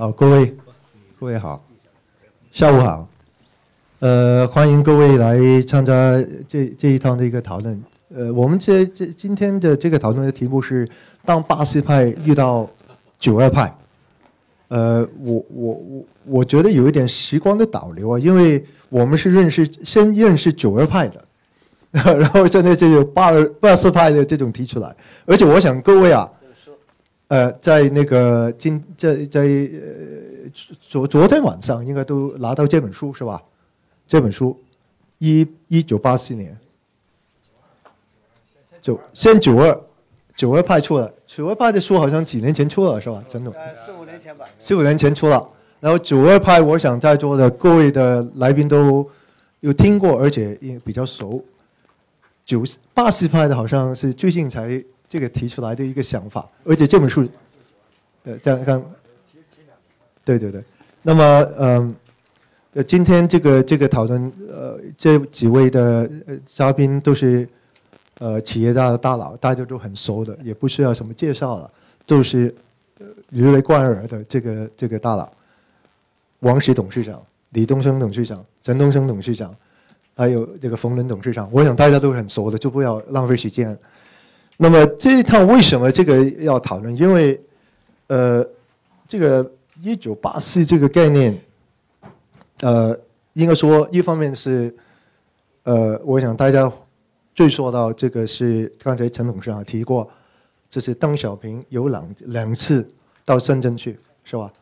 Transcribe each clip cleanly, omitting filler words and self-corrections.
好，各位好，下午好。欢迎各位来参加这一趟的一个讨论。我们今天的这个讨论的题目是当巴西派遇到92派。我觉得有一点时光的倒流啊，因为我们是先认识92派的，然后现在就有84派的这种提出来，而且我想各位啊。在那个昨天晚上应该都拿到这本书是吧？这本书1984年，先92派出了，92派的书好像几年前出了是吧？真的 ？4、5年前吧。 4、5年前出了，然后92派，我想在座的各位的来宾都有听过，而且也比较熟。84派的好像是最近才。这个提出来的一个想法，而且这本书，这样看，对，那么今天这个讨论，这几位的嘉宾都是企业家的大佬，大家都很熟的，也不需要什么介绍了，都是如雷贯耳的这个大佬，王石董事长、李东生董事长、陈东升董事长，还有这个冯仑董事长，我想大家都很熟的，就不要浪费时间。那么这一趟为什么这个要讨论？因为，这个1984这个概念，应该说一方面是，我想大家最说到这个是刚才陈董事长提过，这是邓小平有两次到深圳去，是吧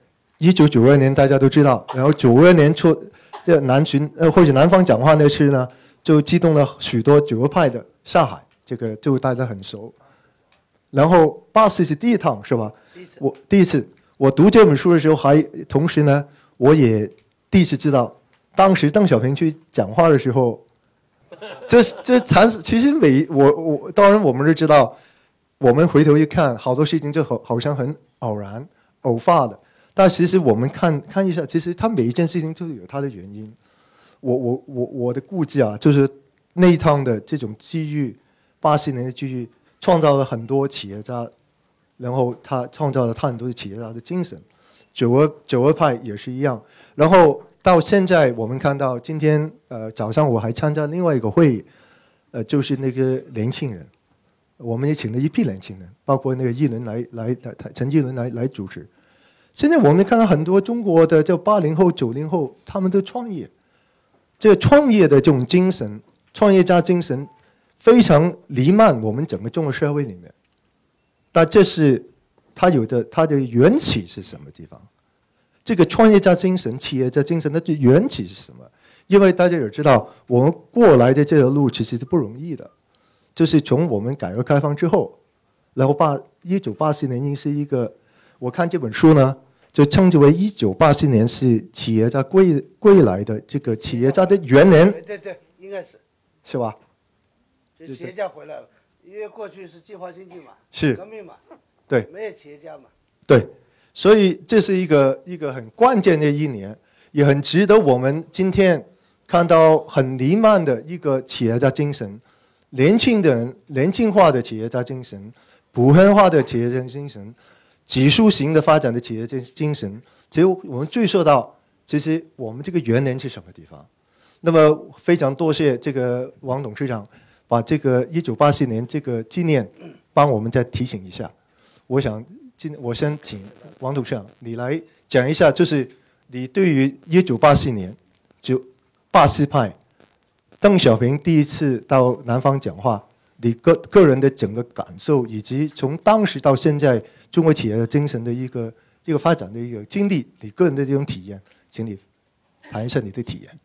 ？1992年大家都知道，然后92年这或者南方讲话那次呢，就激动了许多92派的上海。这个就大家很熟，然后84是第一趟是吧？第一次，我读这本书的时候，同时呢，我也第一次知道，当时邓小平去讲话的时候，这其实当然我们都知道，我们回头一看，好多事情就好像很偶发的，但其实我们看一下，其实他每一件事情都有它的原因。我的估计啊，就是那一趟的这种机遇。80年的机遇创造了很多企业家，然后他创造了他很多企业家的精神。92派也是一样。然后到现在我们看到今天早上我还参加另外一个会议，就是那个年轻人，我们也请了一批年轻人，包括那个陈继伦来主持。现在我们看到很多中国的就80后、90后，他们都创业，这个创业的这种精神，创业家精神。非常弥漫我们整个中国社会里面，但这是它的缘起是什么地方？这个创业家精神、企业家精神，它的缘起是什么？因为大家也知道，我们过来的这条路其实是不容易的，就是从我们改革开放之后，然后1984年是一个，我看这本书呢，就称之为1984年是企业家归来的这个企业家的元年。 对，应该是吧？ 就企业家回来了，因为过去是计划经济嘛， 是革命嘛， 对， 没有企业家嘛， 对，所以这是一个很关键的一年，也很值得我们今天看到很弥漫的一个企业家精神，年轻化的企业家精神，普遍化的企业家精神，技术型的发展的企业家精神。其实我们追溯到，其实我们这个元年是什么地方？那么非常多谢这个王董事长。把这个1984年这个纪念帮我们再提醒一下。我想我先请王董事长你来讲一下，就是你对于1984年就84派邓小平第一次到南方讲话，你个人的整个感受，以及从当时到现在中国企业的精神的一个发展的一个经历，你个人的这种体验，请你谈一下你的体验。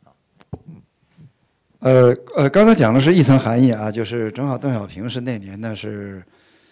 刚才讲的是一层含义啊，就是正好邓小平是那年呢是，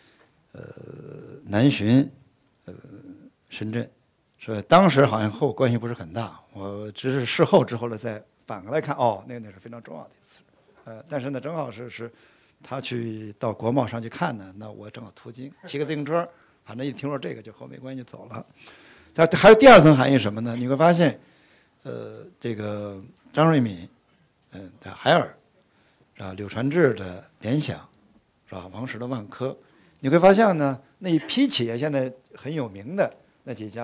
南巡，深圳，说当时好像和我关系不是很大，我只是事后之后呢再反过来看，哦，那是非常重要的一次，但是呢正好是他去到国贸上去看呢，那我正好途经，骑个自行车，反正一听说这个就和我没关系就走了。但还有第二层含义什么呢？你会发现，这个张瑞敏。的海尔，是吧？柳传志的联想，是吧？王石的万科，你会发现呢，那一批企业现在很有名的那几家呢，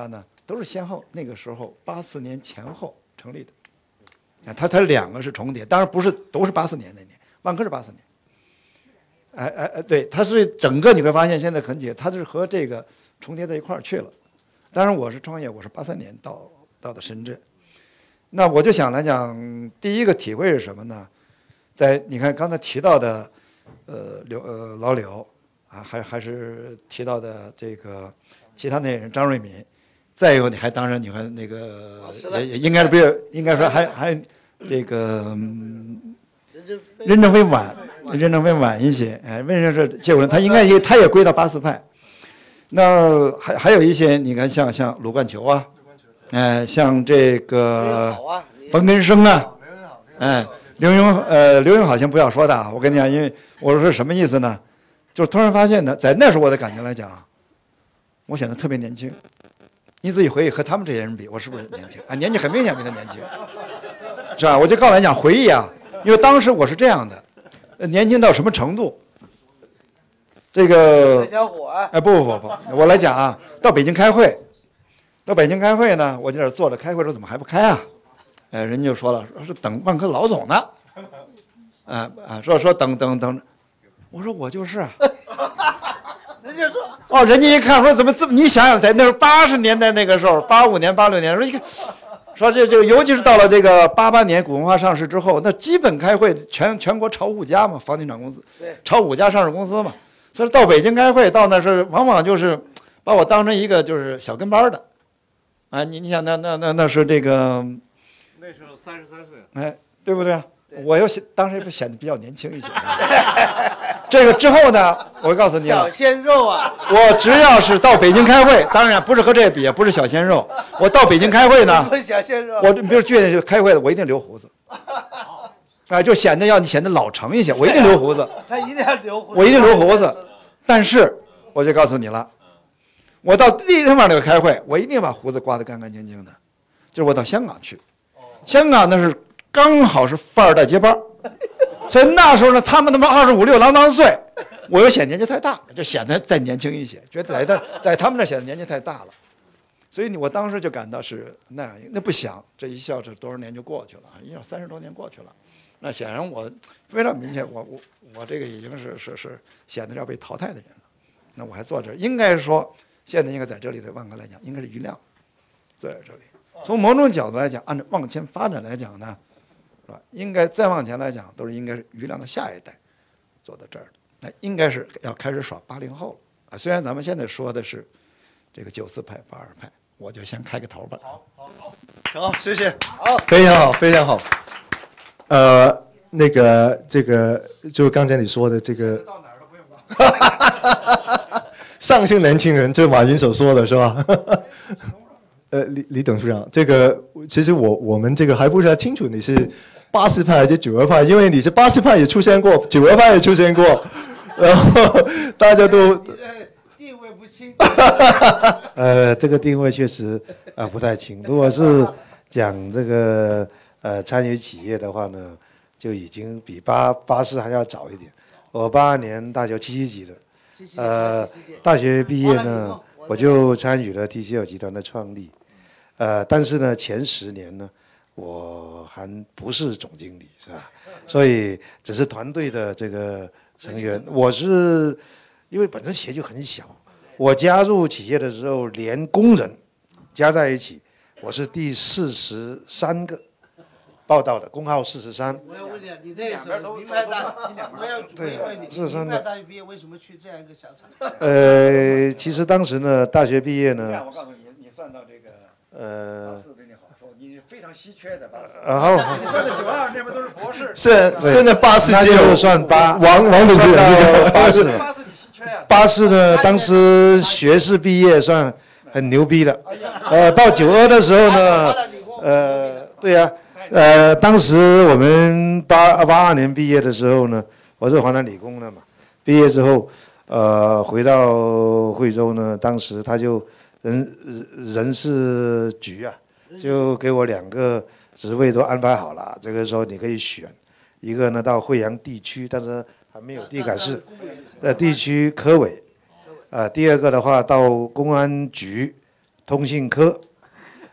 都是先后那个时候84年前后成立的。它两个是重叠，当然不是都是84年那年，万科是84年。对，它是整个你会发现现在很解，它是和这个重叠在一块儿去了。当然我是创业，我是83年到的深圳。那我就想来讲，第一个体会是什么呢？在你看刚才提到的，老柳啊，还是提到的这个其他那人张瑞敏，再有你还当然你看那个也应该是不是应该说还这个任正非晚一些，哎，为什么是结果呢？他也归到84派。那还有一些你看像鲁冠球啊，像这个冯根生啊，刘墉好像不要说的啊，我跟你讲，因为我说什么意思呢？就是突然发现呢，在那时候我的感觉来讲啊，我显得特别年轻。你自己回忆和他们这些人比，我是不是年轻啊？年纪很明显比他年轻，是吧？我就告诉来讲回忆啊，因为当时我是这样的，年轻到什么程度？这个小伙啊！ 不，我来讲啊，到北京开会呢，我在这坐着开会说怎么还不开啊？人家就说了，说是等万科老总呢，说等，我说我就是啊。 人家说人家一看说怎么这么，你想想在那时候80年代那个时候，85年86年说一个。说这尤其是到了这个88年股份化上市之后，那基本开会全国炒5家嘛，房地产公司，炒5家上市公司嘛，所以到北京开会，到那是往往就是把我当成一个就是小跟班的，你想那是这个， 那时候33岁， 对不对？我又当时也显得比较年轻一些。这个之后呢，我告诉你了， 小鲜肉啊！ 我只要是到北京开会，当然不是和这比，不是小鲜肉。我到北京开会呢， 小鲜肉， 我比如去就开会了，我一定留胡子，就显得老成一些，我一定留胡子。 他一定要留胡子， 我一定留胡子。但是我就告诉你了，我到地方那个开会，我一定把胡子刮得干干净净的。就是我到香港去，香港那是刚好是富二代接班。所以那时候呢，他们25、26郎当岁，我又显年纪太大，就显得再年轻一些，觉得在他们那显得年纪太大了，所以我当时就感到是那样，那不想这一笑，这多少年就过去了，一下30多年过去了，那显然我非常明显，我这个已经是显得要被淘汰的人了，那我还坐这儿，应该说现在应该在这里，在万科来讲，应该是余亮坐在这里，从某种角度来讲，按照往前发展来讲呢。是吧？应该再往前来讲，都是应该是余亮的下一代坐到这儿的，那应该是要开始耍80后了啊。虽然咱们现在说的是这个94派、82派，我就先开个头吧。 好，谢谢，好，非常好，非常好。这个就刚才你说的这个， 到哪儿都不用管。 上性年轻人，这马云所说的是吧？李董事长，这个其实我们这个还不是太清楚你是80派还是92派，因为你是80派也出现过，92派也出现过，然后大家都定位不清。 这个定位确实不太清。如果是讲这个参与企业的话呢，就已经比84还要早一点。我82年大学77级的，大学毕业呢，我就参与了 TCL 集团的创立。但是呢，前10年呢，我还不是总经理，是吧？所以只是团队的这个成员。我是因为本身企业就很小，我加入企业的时候，连工人加在一起，我是第43个报道的，工号43。 我要问你，你那时候名牌大，我要主业问你，名牌大学毕业为什么去这样一个小厂？ 其实当时呢，大学毕业呢， 我告诉你，你算到这个。84对你好说，你非常稀缺的好， 你说的92那边都是博士， 现在84 只有算王董事长 84 你稀缺呀。 84呢，当时学士毕业算很牛逼的。到92的时候呢，对呀，当时我们82年毕业的时候呢，我是华南理工的嘛，毕业之后，回到惠州呢，当时他就。人事局啊，就给我2个职位都安排好了。这个时候你可以选，一个呢到惠阳地区，但是还没有地改市，地区科委，第二个的话到公安局通信科，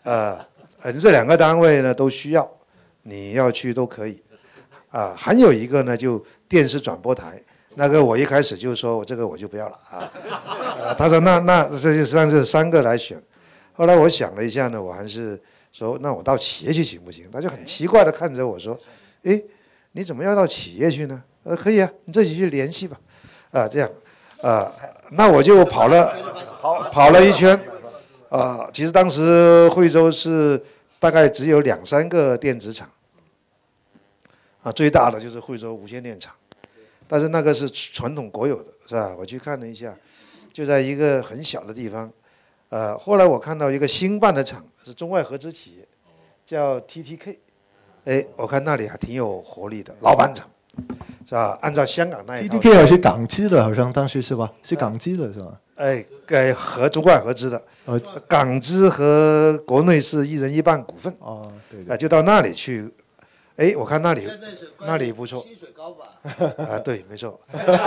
这2个单位呢都需要，你要去都可以。还有一个呢，就电视转播台，那个我一开始就说这个我就不要了他说那这就算是3个来选。后来我想了一下呢，我还是说那我到企业去行不行？他就很奇怪的看着我说，你怎么要到企业去呢？可以啊，你自己去联系吧。这样，那我就跑了一圈。其实当时惠州是大概只有2、3个电子厂。最大的就是惠州无线电厂，但是那个是传统国有的，是吧？我去看了一下，就在一个很小的地方。后来我看到一个新办的厂，是中外合资企业，叫 TTK。我看那里还挺有活力的，老板厂，是吧？按照香港那一套 TTK 好像是港资的，好像当时是吧？是港资的是吧？ 和中外合资的，港资和国内是1人1半股份。 对。 就到那里去。我看那里不错。 薪水高吧？ 对，没错。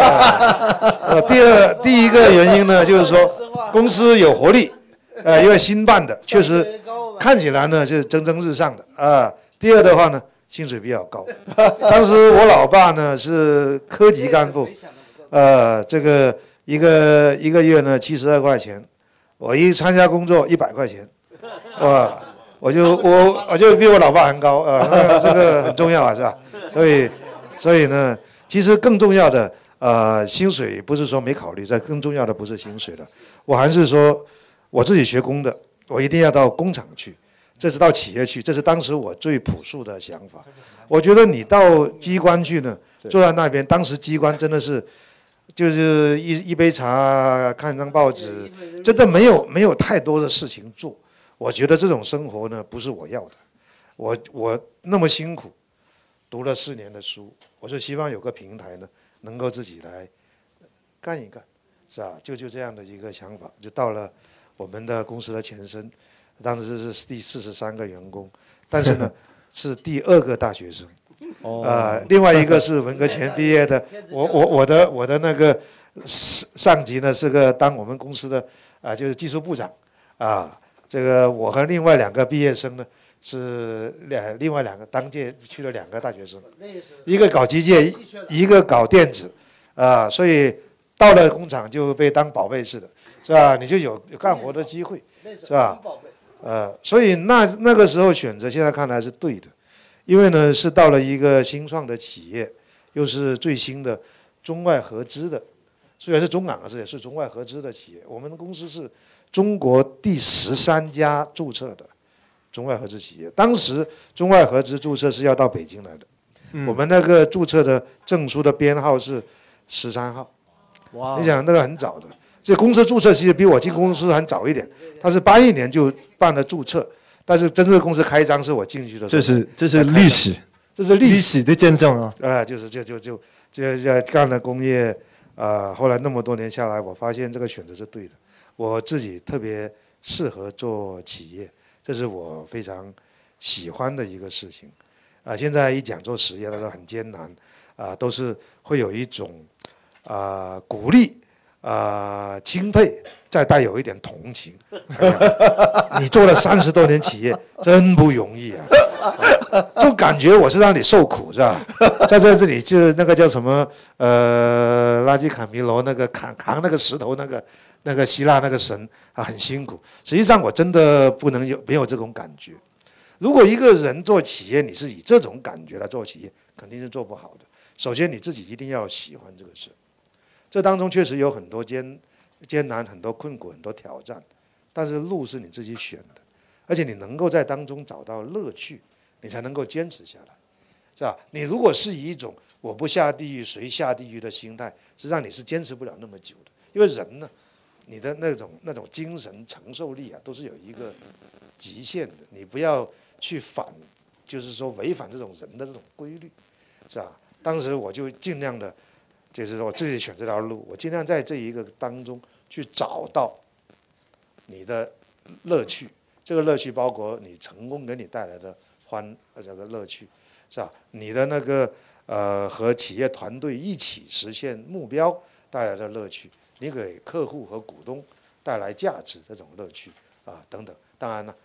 第一个原因呢，就是说公司有活力，因为新办的确实看起来呢是蒸蒸日上的第二的话呢，薪水比较高。当时我老爸呢是科级干部，这个一个月呢72块钱，我一参加工作100块钱，我就比我老爸还高这个很重要是吧？所以呢，其实更重要的薪水不是说没考虑，更重要的不是薪水了，我还是说我自己学工的，我一定要到工厂去，这是到企业去，这是当时我最朴素的想法。我觉得你到机关去呢，坐在那边，当时机关真的是就是一杯茶，看张报纸，真的没有太多的事情做。我觉得这种生活呢不是我要的，我那么辛苦读了4年的书，我是希望有个平台呢能够自己来干一干，是吧？就这样的一个想法，就到了我们的公司的前身，当时是第43个员工，但是呢是第2个大学生，另外一个是文革前毕业的，我的那个上级呢是个当我们公司的就是技术部长这个我和另外2个毕业生呢，是另外2个当届去了2个大学生，一个搞机械，一个搞电子，所以到了工厂就被当宝贝似的，是吧？你就有干活的机会，是吧？所以那个时候选择，现在看来是对的，因为呢是到了一个新创的企业，又是最新的中外合资的，虽然是中港合资，也是中外合资的企业。我们的公司是中国第13家注册的中外合资企业，当时中外合资注册是要到北京来的，我们那个注册的证书的编号是13号。哇！你想那个很早的，这公司注册其实比我进公司还早一点，他是81年就办了注册，但是真正公司开张是我进去的时候。这是历史，这是历史的见证啊！就是就干了工业后来那么多年下来，我发现这个选择是对的。我自己特别适合做企业，这是我非常喜欢的一个事情。现在一讲做实业，它都很艰难，都是会有一种鼓励、钦佩，再带有一点同情。你做了30多年企业，真不容易就感觉我是让你受苦，是吧？在这里就那个叫什么拉基坎弥罗那个扛那个石头那个希腊那个神很辛苦。实际上我真的没有这种感觉。如果一个人做企业，你是以这种感觉来做企业，肯定是做不好的。首先你自己一定要喜欢这个事，这当中确实有很多艰难、很多困苦、很多挑战，但是路是你自己选的，而且你能够在当中找到乐趣，你才能够坚持下来，是吧？你如果是以一种我不下地狱谁下地狱的心态，实际上你是坚持不了那么久的。因为人呢，你的那种精神承受力都是有一个极限的，你不要去就是说违反这种人的这种规律，是吧？当时我就尽量的，就是说我自己选这条路，我尽量在这一个当中去找到你的乐趣。这个乐趣包括你成功给你带来的这个乐趣，是吧？你的那个和企业团队一起实现目标带来的乐趣，你给客户和股东带来价值这种乐趣等等。当然了，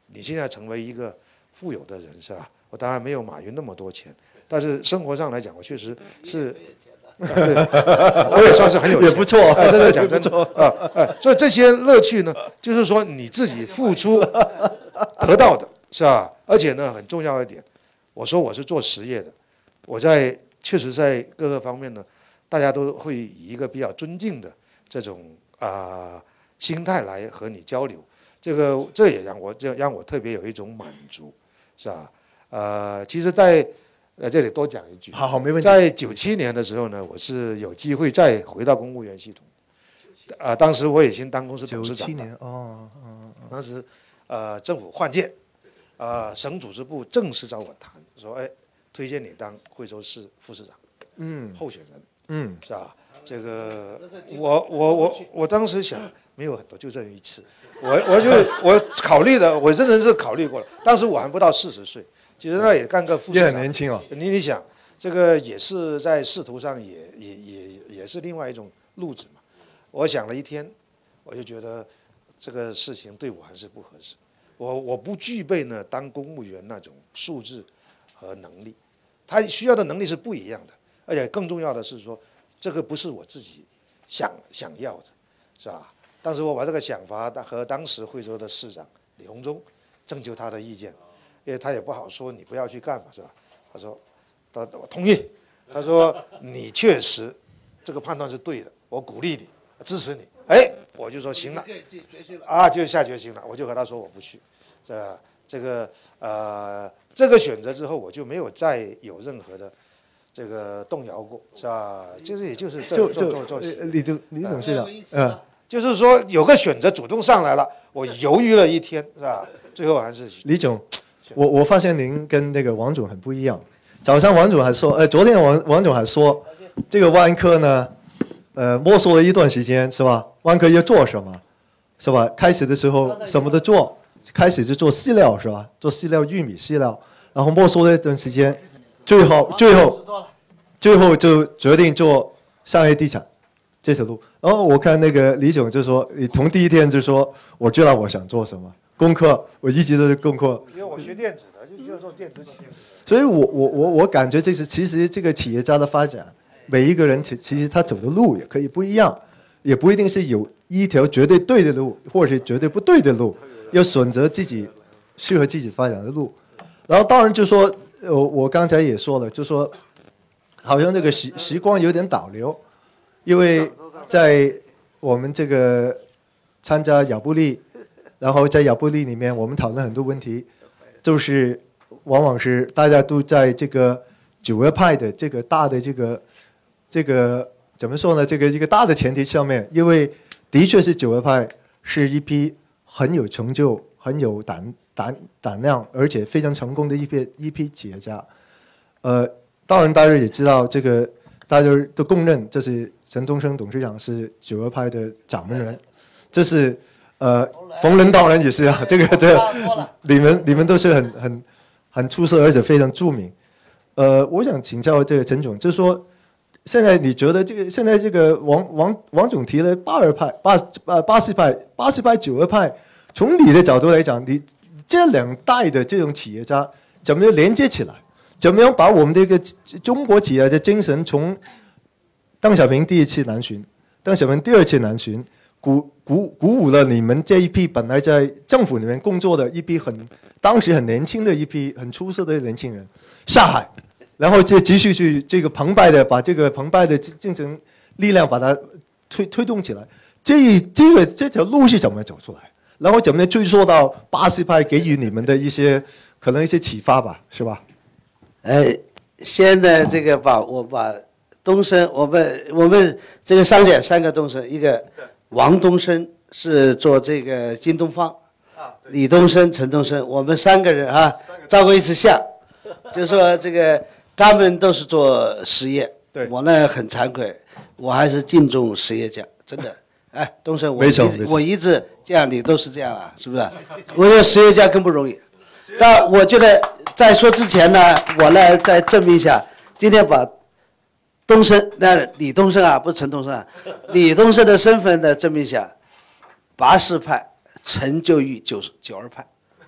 你现在成为一个富有的人是吧？我当然没有马云那么多钱，但是生活上来讲，我确实是。我也算是很有钱， 也不错， 这个讲真的所以这些乐趣呢，就是说你自己付出得到的，是吧？而且呢，很重要一点，我说我是做实业的，我确实在各个方面呢，大家都会以一个比较尊敬的这种心态来和你交流，这也让我特别有一种满足，是吧？其实在这里多讲一句， 好，没问题。 在97年的时候呢，我是有机会再回到公务员系统，当时我已经当公司董事长了。97 年当时政府换届，省组织部正式找我谈，说推荐你当惠州市副市长，候选人，是吧？这个我当时想没有很多，就这一次，我考虑的，我真的是考虑过了，当时我还不到40岁。其实那也干个副市长， 也很年轻哦。 你想，这个也是在仕途上也是另外一种路子嘛。我想了一天，我就觉得这个事情对我还是不合适。我不具备呢当公务员那种素质和能力，他需要的能力是不一样的。而且更重要的是说，这个不是我自己想要的，是吧？当时我把这个想法和当时惠州的市长李鸿忠征求他的意见。因为他也不好说你不要去干嘛，是吧？他说，我同意。他说你确实这个判断是对的，我鼓励你，支持你。我就说行了，就下决心了。我就和他说我不去，是吧？这个选择之后，我就没有再有任何的这个动摇过，是吧？也就是李董事长， 就是说有个选择主动上来了，我犹豫了一天，是吧？最后还是李总。我发现您跟那个王总很不一样。早上王总还说，昨天王总还说，这个万科呢，摸索了一段时间，是吧？万科要做什么，是吧？开始的时候什么都做，开始就做饲料，是吧？做饲料，玉米饲料，然后摸索了一段时间，最后就决定做商业地产这条路。然后我看那个李总就说，你从第一天就说，我知道我想做什么。功课我一直都是功课， 因为我学电子的，就做电子企业。 所以我感觉其实这个企业家的发展，每一个人其实他走的路也可以不一样，也不一定是有一条绝对对的路，或者是绝对不对的路，要选择自己适合自己发展的路。然后当然就说，我刚才也说了，就说好像这个时光有点倒流，因为在我们这个参加亚布力。然后在亚布力里面，我们讨论很多问题，就是往往是大家都在这个九二派的这个大的这个怎么说呢？这个大的前提上面，因为的确是九二派是一批很有成就、很有胆量，而且非常成功的一批企业家。当然大家也知道，这个大家都公认，这是陈东升董事长是九二派的掌门人，这是。冯仑当然也是啊，这你们都是很出色，而且非常著名。我想请教这个陈总，就是说，现在你觉得现在这个王总提了82派、80派、80派、92派，从你的角度来讲，你这两代的这种企业家怎么样连接起来？怎么样把我们这个中国企业的精神，从邓小平第一次南巡，邓小平第二次南巡。鼓舞了你们这一批本来在政府里面工作的一批当时很年轻的一批很出色的年轻人下海，然后再继续去把这个澎湃的精神力量把它推动起来。这条路是怎么走出来？然后怎么追溯到80派给予你们的可能一些启发吧，是吧？ 现在这个我把东升，我们这个商界3个东升，一个。王东升是做这个京东方，李东升、陈东升，我们3个人照过一次相，就说这个他们都是做实业，我呢很惭愧，我还是敬重实业家，真的。东升，我一直这样，你都是这样啊，是不是？我觉得实业家更不容易。但我觉得在说之前呢，我呢再证明一下，今天把。东升，李东升不是陈东升李东升的身份的证明下，80派成就于92派，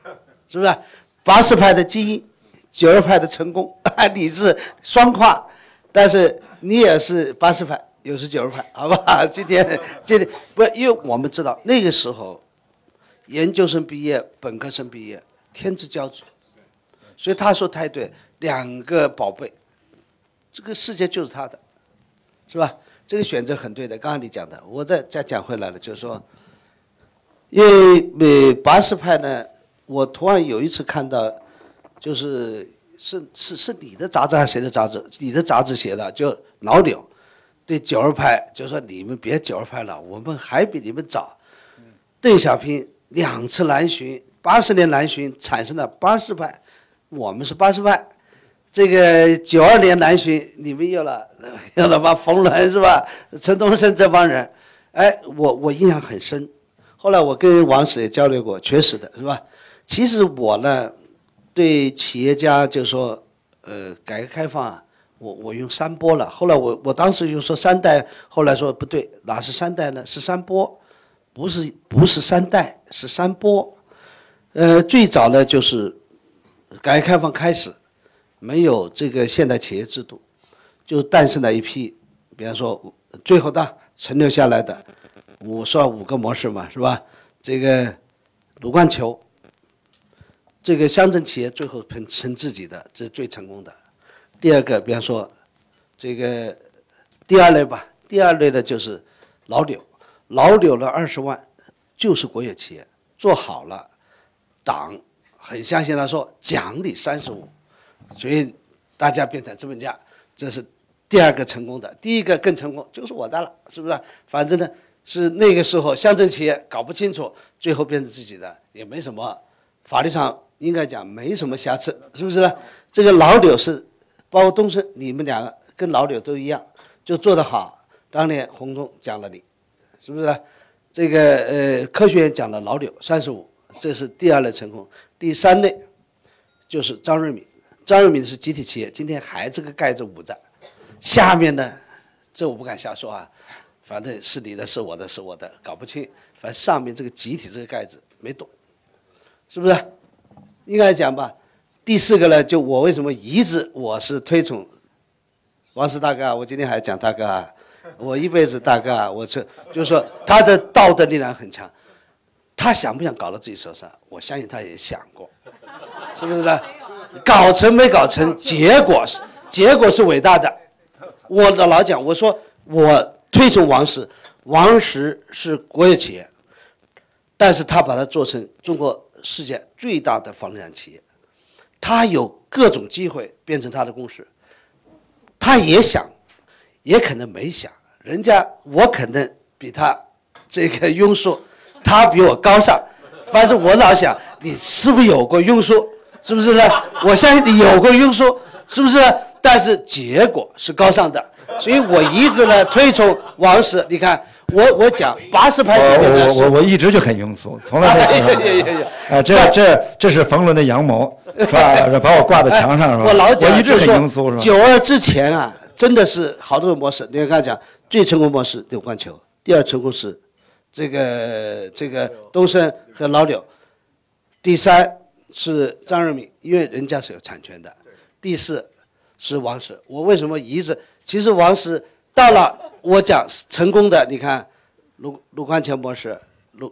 是不是？80派的基因，92派的成功，你是双跨，但是你也是80派，又是92派，好吧？今天不，因为我们知道那个时候，研究生毕业、本科生毕业，天之骄子，所以他说太对，2个宝贝，这个世界就是他的，是吧？这个选择很对的。刚刚你讲的，我再讲回来了，就是说，因为80派呢，我突然有一次看到，就是你的杂志还是谁的杂志？你的杂志写的，就老柳对92派就说你们别92派了，我们还比你们早。邓小平2次南巡，80年南巡产生了80派，我们是80派。这个92年南巡，你们有了吧？冯仑是吧？陈东升这帮人，哎，我印象很深。后来我跟王石也交流过，确实的是吧？其实我呢，对企业家就说，改革开放啊，我用3波了。后来我当时就说3代，后来说不对，哪是3代呢？是3波，不是3代，是3波。最早呢就是改革开放开始，没有这个现代企业制度，就诞生了一批，比方说最后存留下来的，我说5个模式嘛，是吧？这个鲁冠球，这个乡镇企业最后成自己的，这是最成功的。第二个，比方说这个第2类吧，第2类的就是老柳了20万，就是国有企业，做好了，党很相信他，说奖励35，所以大家变成资本家，这是第2个成功的。第1个更成功，就是我的了，是不是？反正呢是那个时候乡镇企业搞不清楚，最后变成自己的，也没什么法律上应该讲没什么瑕疵，是不是？这个老柳是包括东升，你们2个跟老柳都一样，就做得好。当年洪忠讲了你，是不是？这个科学院讲了老柳35，这是第2类成功。第3类就是张瑞敏，张瑞敏是集体企业，今天还这个盖着捂着，下面呢，这我不敢瞎说啊，反正是你的，是我的，是我的，搞不清。反正上面这个集体这个盖子没动，是不是？应该讲吧。第4个呢，就我为什么一直我是推崇王石大哥，我今天还讲大哥啊，我一辈子大哥啊，就是说他的道德力量很强。他想不想搞到自己手上？我相信他也想过，是不是呢？搞成没搞成，结果是伟大的。我老讲，我说我推崇王石，王石是国有企业，但是他把它做成中国世界最大的房地产企业，他有各种机会变成他的公司，他也想，也可能没想，我可能比他这个庸俗，他比我高尚，反正我老想你是不是有过庸俗，是不是呢？我相信你有过庸俗，是不是？但是结果是高尚的，所以我一直呢推崇王石。你看我讲80派里面的我一直就很庸俗，从来没这是冯仑的阳谋是吧？把我挂在墙上是吧？ 我老讲我一直很庸俗是吧 ？92之前啊，真的是好多种模式。你看刚才讲最成功模式柳冠球，第2成功是这个东升和老柳，第3是张瑞敏，因为人家是有产权的，第4是王石。我为什么一直？其实王石到了我讲成功的，你看鲁冠球模式，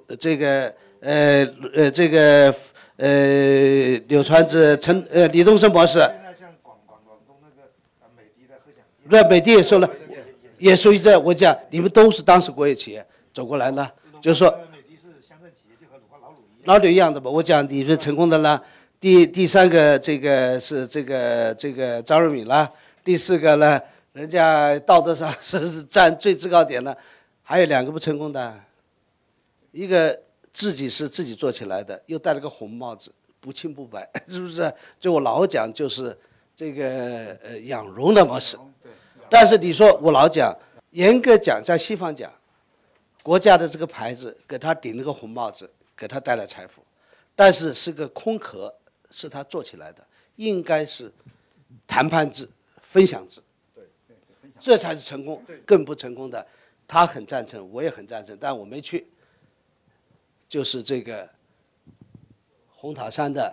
柳传志李东升模式。现在像广东那个美的贺享基，对，美的也说了，也属于这。我讲你们都是当时国有企业走过来呢，就是说美的是乡镇企业，就和老柳一样的吧。我讲你是成功的啦。第3个这个是这个张瑞敏啦。第4个呢，人家道德上是占最制高点了，还有2个不成功的，一个自己是自己做起来的，又戴了个红帽子，不清不白，是不是？就我老讲就是这个养荣的模式。但是你说我老讲，严格讲，在西方讲，国家的这个牌子给他顶了个红帽子，给他带来财富，但是是个空壳，是他做起来的，应该是谈判制、分享制，这才是成功。更不成功的，他很赞成，我也很赞成，但我没去。就是这个红塔山的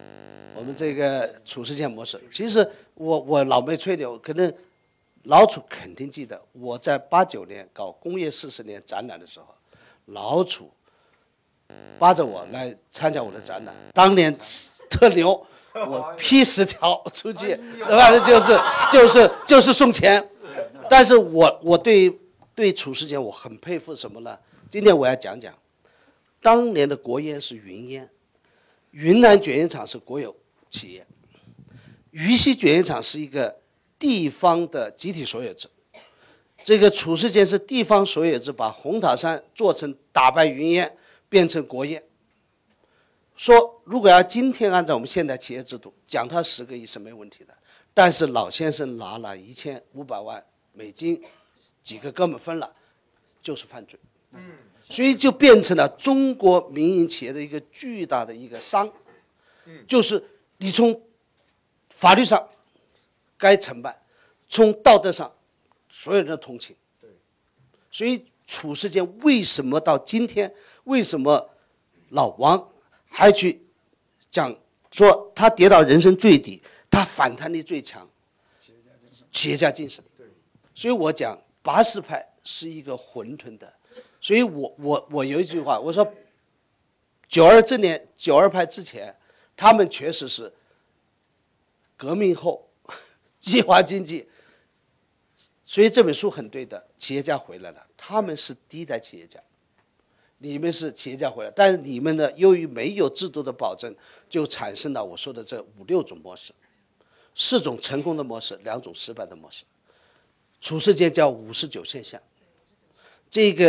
我们这个褚时健模式。其实我老没吹牛，可能老褚肯定记得，我在89年搞工业40年展览的时候，老褚扒着我来参加我的展览，当年特牛，我批10条出去，反正就是送钱。但是我对褚时健我很佩服什么呢？今天我要讲讲，当年的国烟是云烟，云南卷烟厂是国有企业，渝西卷烟厂是一个地方的集体所有制。这个褚时健是地方所有制，把红塔山做成打败云烟，变成国烟。说如果要今天按照我们现代企业制度，讲他10个亿是没问题的，但是老先生拿了1500万美金，几个哥们分了，就是犯罪。所以就变成了中国民营企业的一个巨大的一个伤，就是你从法律上该惩办，从道德上所有人的同情。所以褚时健为什么到今天，为什么老王还去讲说他跌到人生最底，他反弹力最强，企业家精神。所以我讲80派是一个混沌的。所以我有一句话，我说92这年92派之前，他们确实是革命后计划经济，所以这本书很对的，企业家回来了，他们是第一代企业家，你们是企业家回来，但是你们呢，由于没有制度的保证，就产生了我说的这5、6种模式，4种成功的模式，2种失败的模式。褚时健叫59现象。这个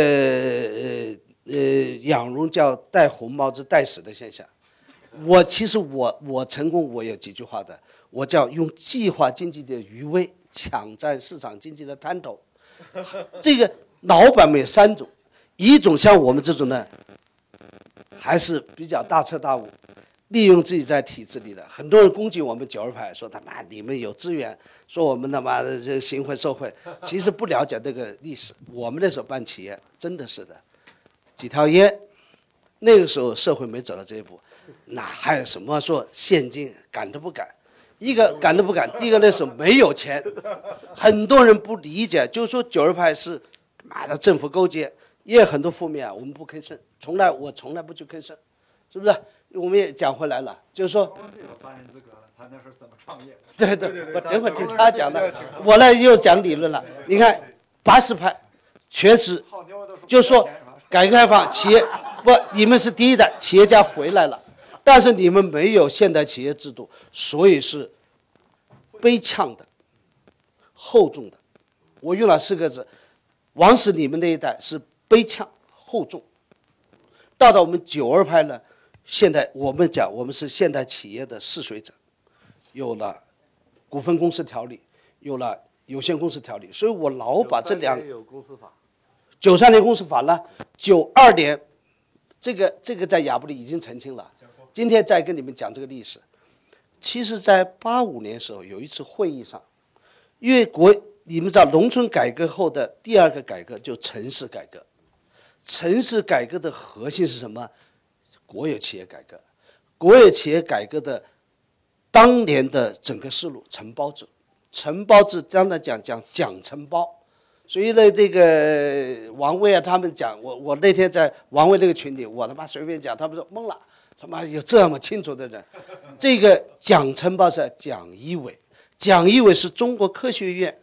养蓉叫戴红帽子戴死的现象。其实我成功，我有几句话的，我叫用计划经济的余威抢占市场经济的滩头。这个老板们有3种，一种像我们这种呢，还是比较大彻大悟，利用自己在体制里的。很多人攻击我们92派，说他妈你们有资源，说我们他妈的这行贿受贿，其实不了解这个历史。我们那时候办企业真的是的，几条烟，那个时候社会没走到这一步，哪还有什么说现金赶都不赶？一个赶都不赶，第一个那时候没有钱，很多人不理解，就是说92派是妈的政府勾结，也有很多负面啊，我们不吭声，我从来不去吭声，是不是？我们也讲回来了，就是说， 有发言资格了，他那是怎么创业的？ 对，我等会儿听他讲的，我呢又讲理论了。你看80派，全是，就是说改革开放企业你们是第一代企业家回来了，但是你们没有现代企业制度，所以是悲呛的、厚重的。我用了4个字，王石你们那一代是悲呛厚重，到我们92派呢。现在我们讲，我们是现代企业的试水者，有了股份公司条例，有了有限公司条例，所以我老把这有公司法 ，93年公司法了，92年，这个在亚布力已经澄清了。今天再跟你们讲这个历史，其实，在85年的时候有一次会议上，因为你们知道农村改革后的第2个改革就城市改革，城市改革的核心是什么？国有企业改革，国有企业改革的当年的整个思路，承包制，承包制刚才讲承包，所以呢，这个王卫啊，他们讲我那天在王卫那个群里，我他妈随便讲，他们说懵了，他妈有这么清楚的人，这个讲承包是蒋一伟，蒋一伟是中国科学院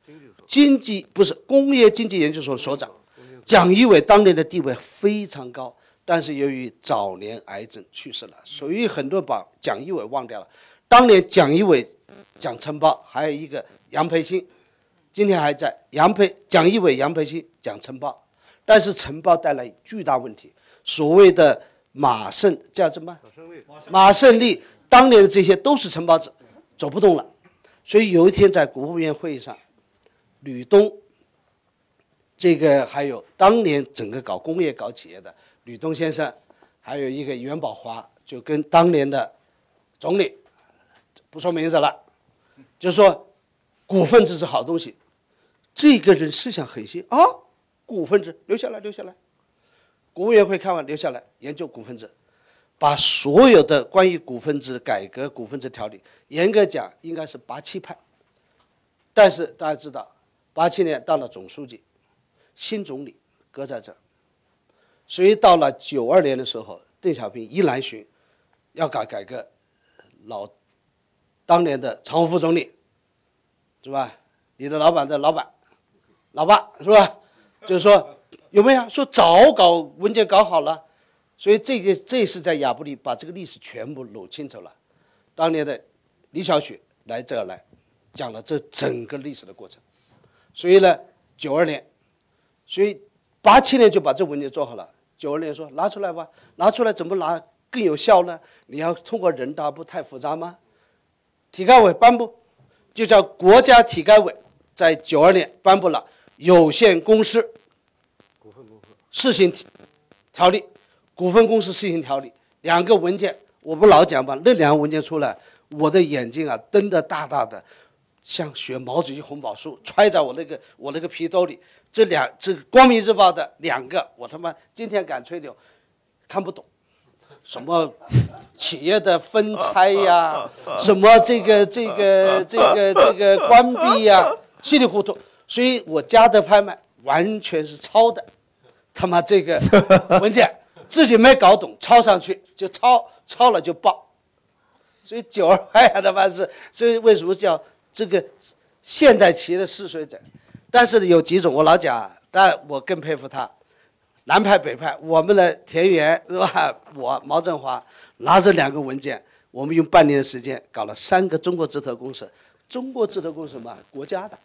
工业经济研究所所长，蒋一伟当年的地位非常高。但是由于早年癌症去世了，所以很多人把蒋一伟忘掉了。当年蒋一伟讲承包，还有一个杨培新，今天还在。蒋一伟、杨培新讲承包，但是承包带来巨大问题。所谓的马胜利，当年的这些都是承包制，走不动了。所以有一天在国务院会议上，吕东，这个还有当年整个搞工业、搞企业的。吕东先生，还有一个袁宝华，就跟当年的总理，不说名字了，就说股份制是好东西。这个人思想很新啊，股份制留下来。国务院会看完留下来研究股份制， 把所有的关于股份制改革、股份制条例，严格讲应该是87派，但是大家知道，87年当了总书记，新总理搁在这儿，所以到了92年的时候，邓小平一南巡，要搞改革，当年的常务副总理，是吧？你的老板的老板，老爸是吧？就是说有没有说早搞文件搞好了？所以这是在亚布力把这个历史全部捋清楚了。当年的李小雪来这儿来，讲了这整个历史的过程。所以呢，92年，所以87年就把这文件做好了。92年说拿出来吧，拿出来怎么拿更有效呢？你要通过人大不太复杂吗？体改委颁布，就叫国家体改委，在92年颁布了有限公司试行条例。股份公司试行条例2个文件，我不老讲吧？那2个文件出来，我的眼睛啊瞪得大大的，像学毛主席红宝书揣在我那个皮兜里。这光明日报的2个，我他妈今天敢吹牛，看不懂，什么企业的分拆呀，什么这个关闭呀，稀里糊涂。所以我嘉德拍卖完全是抄的，他妈这个文件。自己没搞懂，抄上去就抄了就报，所以92派他妈是，所以为什么叫这个现代企业的试水者？但是有几种我老讲，但我更佩服他，南派北派，我们的田园是吧？我毛振华拿着2个文件，我们用半年的时间搞了3个中国字头公司。中国字头公司什么？国家的，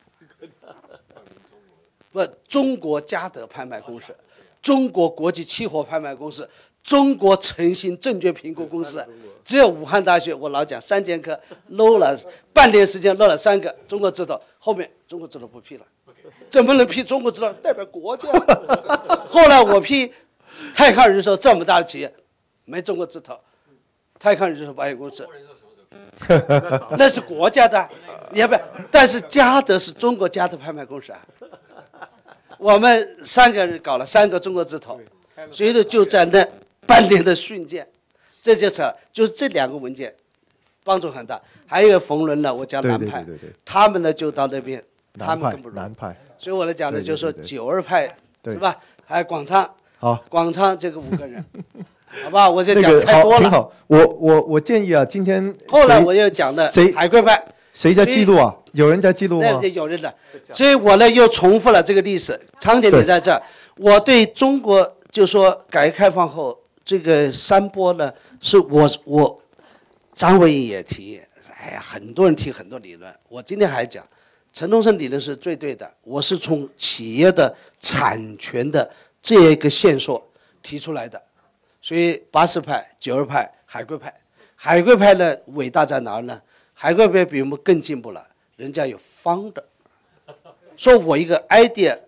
不，中国嘉德拍卖公司。中国国际期货拍卖公司，中国诚信证券评估公司，只有武汉大学，我老讲3节课搂了半年时间，搂了3个中国字头，后面中国字头不批了，怎么能批中国字头？代表国家。后来我批泰康人寿这么大的企业，没中国字头，泰康人寿保险公司，那是国家的，你要不要？但是嘉德是中国嘉德拍卖公司啊。我们3个人搞了3个中国字头，所以呢就在那半年的训练，这就是这2个文件帮助很大。还有一个冯仑呢，我讲南派，他们呢就到那边，他们更不容易。 南派， 所以我来讲呢，就是说92派是吧？还有广昌， 好， 广昌这个5个人，好吧？我就讲太多了。 挺好，我建议啊，今天后来我又讲的海归派。 谁在记录啊？有人在记录吗？ 有人的，所以我呢又重复了这个历史。昌姐你在这儿，我对中国就说改革开放后这个3波呢，是我张维迎也提，哎呀，很多人提很多理论。我今天还讲，陈东升理论是最对的。我是从企业的产权的这一个线索提出来的，所以80派、92派、海归派，海归派呢伟大在哪儿呢？海归派比我们更进步了，人家有方的，说我一个 idea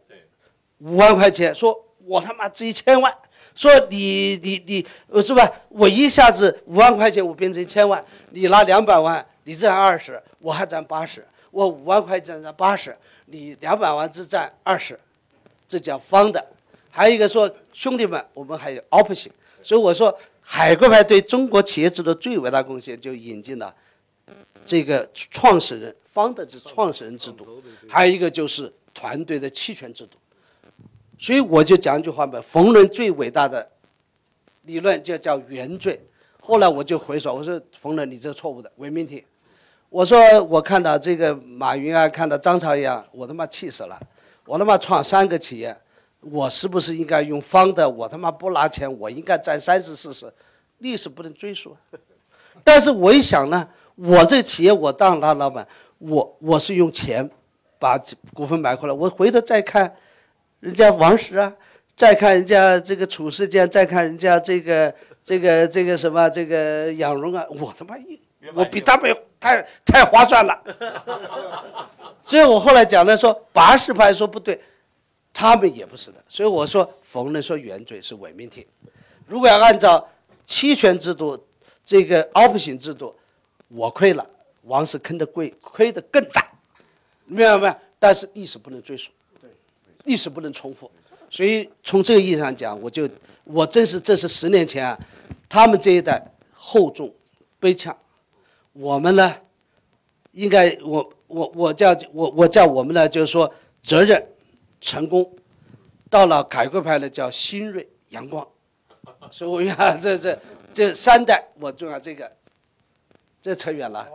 5万块钱，说我他妈值1000万，说你是吧？我一下子5万块钱我变成1000万，你拿200万，你占20，我还占80，我5万块钱占80，你200万只占20，这叫方的。还有一个说兄弟们，我们还有 option， 所以我说海归派对中国企业制的最伟大贡献就引进了。这个创始人方的是创始人制度，还有一个就是团队的期权制度。所以我就讲一句话吧，冯仑最伟大的理论就叫原罪。后来我就回说，我说冯仑你这错误的伪命题。我说我看到这个马云啊，看到张朝阳，我他妈气死了。我他妈创3个企业，我是不是应该用方的？我他妈不拿钱，我应该占30、40，历史不能追溯。但是我一想呢。我这企业我当老板，我是用钱把股份买回来，我回头再看人家王石啊，再看人家这个褚时健，再看人家这个什么这个杨荣啊，我他妈我比他们太划算了。所以我后来讲的说80派说不对，他们也不是的。所以我说冯仑说原罪是伪命题。如果要按照期权制度这个 option 制度。我亏了，王石坑得贵，亏得更大，明白没？但是历史不能追溯，历史不能重复，所以从这个意义上讲，我真是这是10年前啊， 他们这一代厚重悲怆，我们呢，应该我叫我们呢，就是说责任、成功，到了改革派呢叫新锐阳光，所以我看这3代，我重要这扯远了。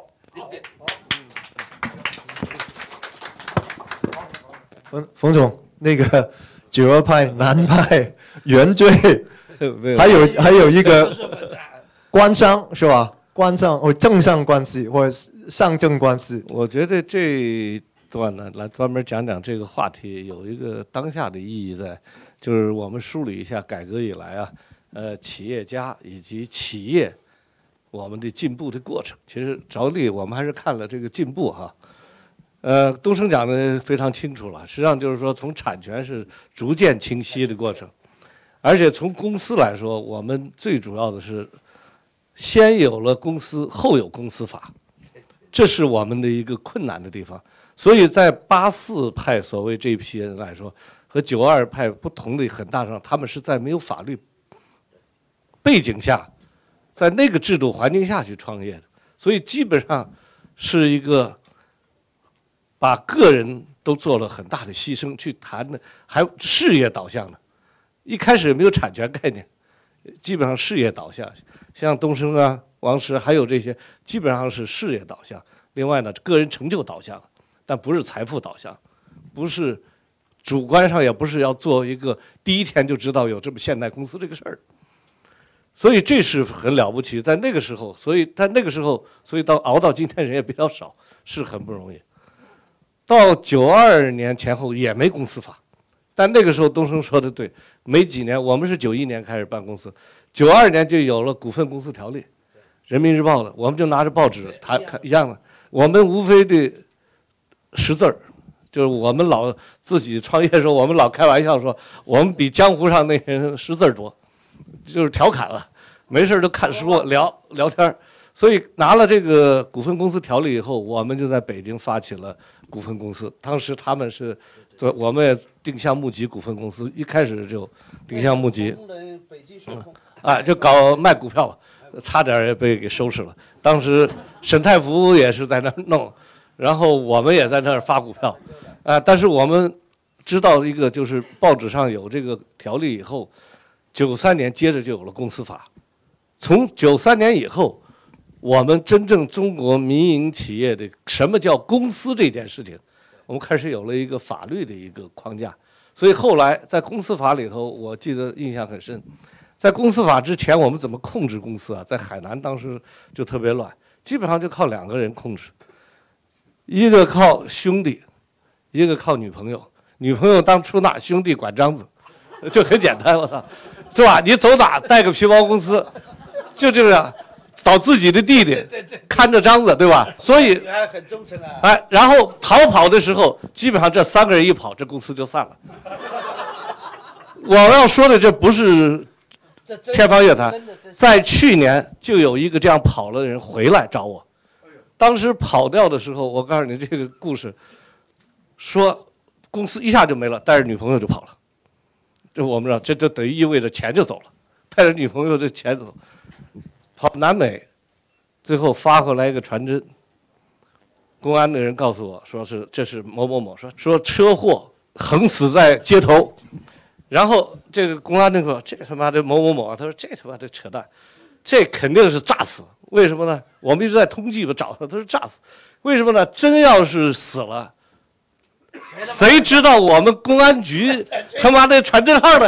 冯总，那个92派、南派、原罪，还有一个官商是吧？官商或政商关系或者上政关系。 我觉得这一段呢，来专门讲讲这个话题，有一个当下的意义在，就是我们梳理一下改革以来啊，企业家以及企业我们的进步的过程。其实着力我们还是看了这个进步哈。东升讲的非常清楚了，实际上就是说从产权是逐渐清晰的过程，而且从公司来说，我们最主要的是先有了公司，后有公司法，这是我们的一个困难的地方。所以在84派所谓这批人来说，和92派不同的很大上，他们是在没有法律背景下，在那个制度环境下去创业的，所以基本上是一个把个人都做了很大的牺牲去谈的，还事业导向的。一开始也没有产权概念，基本上事业导向，像东升啊、王石还有这些，基本上是事业导向。另外呢，个人成就导向，但不是财富导向，不是主观上也不是要做一个第一天就知道有这么现代公司这个事儿。所以这是很了不起，在那个时候，所以到熬到今天人也比较少，是很不容易。到92年前后也没公司法，但那个时候东升说的对，没几年，我们是91年开始办公司，92年就有了股份公司条例，人民日报的，我们就拿着报纸谈一样的，我们无非的识字儿，就是我们老自己创业的时候，我们老开玩笑说，我们比江湖上那些人识字儿多，就是调侃了，没事就看书聊天。所以拿了这个股份公司条例以后，我们就在北京发起了股份公司。当时他们是，我们也定向募集股份公司，一开始就定向募集，就搞卖股票，差点也被给收拾了。当时沈太福也是在那儿弄，然后我们也在那儿发股票，但是我们知道一个就是报纸上有这个条例以后，93年接着就有了公司法，从93年以后。我们真正中国民营企业的什么叫公司这件事情，我们开始有了一个法律的一个框架。所以后来在公司法里头，我记得印象很深。在公司法之前，我们怎么控制公司啊？在海南当时就特别乱，基本上就靠2个人控制，一个靠兄弟，一个靠女朋友。女朋友当出纳，兄弟管章子，就很简单，我操，是吧？你走哪带个皮包公司，就这样。找自己的弟弟看着章子，对吧？所以你还很忠诚啊。 然后逃跑的时候，基本上这3个人一跑，这公司就散了。我要说的这不是天方夜谭，在去年就有一个这样跑了的人回来找我，当时跑掉的时候，我告诉你这个故事，说公司一下就没了，带着女朋友就跑了。这我们知道，这就等于意味着钱就走了，带着女朋友这钱走。跑南美，最后发回来一个传真，公安的人告诉我说这是某某某，说车祸横死在街头，然后这个公安那个这他妈的某某某啊，他说这他妈的扯淡，这肯定是炸死，为什么呢？我们一直在通缉找他，他说炸死，为什么呢？真要是死了，谁知道我们公安局他妈的传真号呢？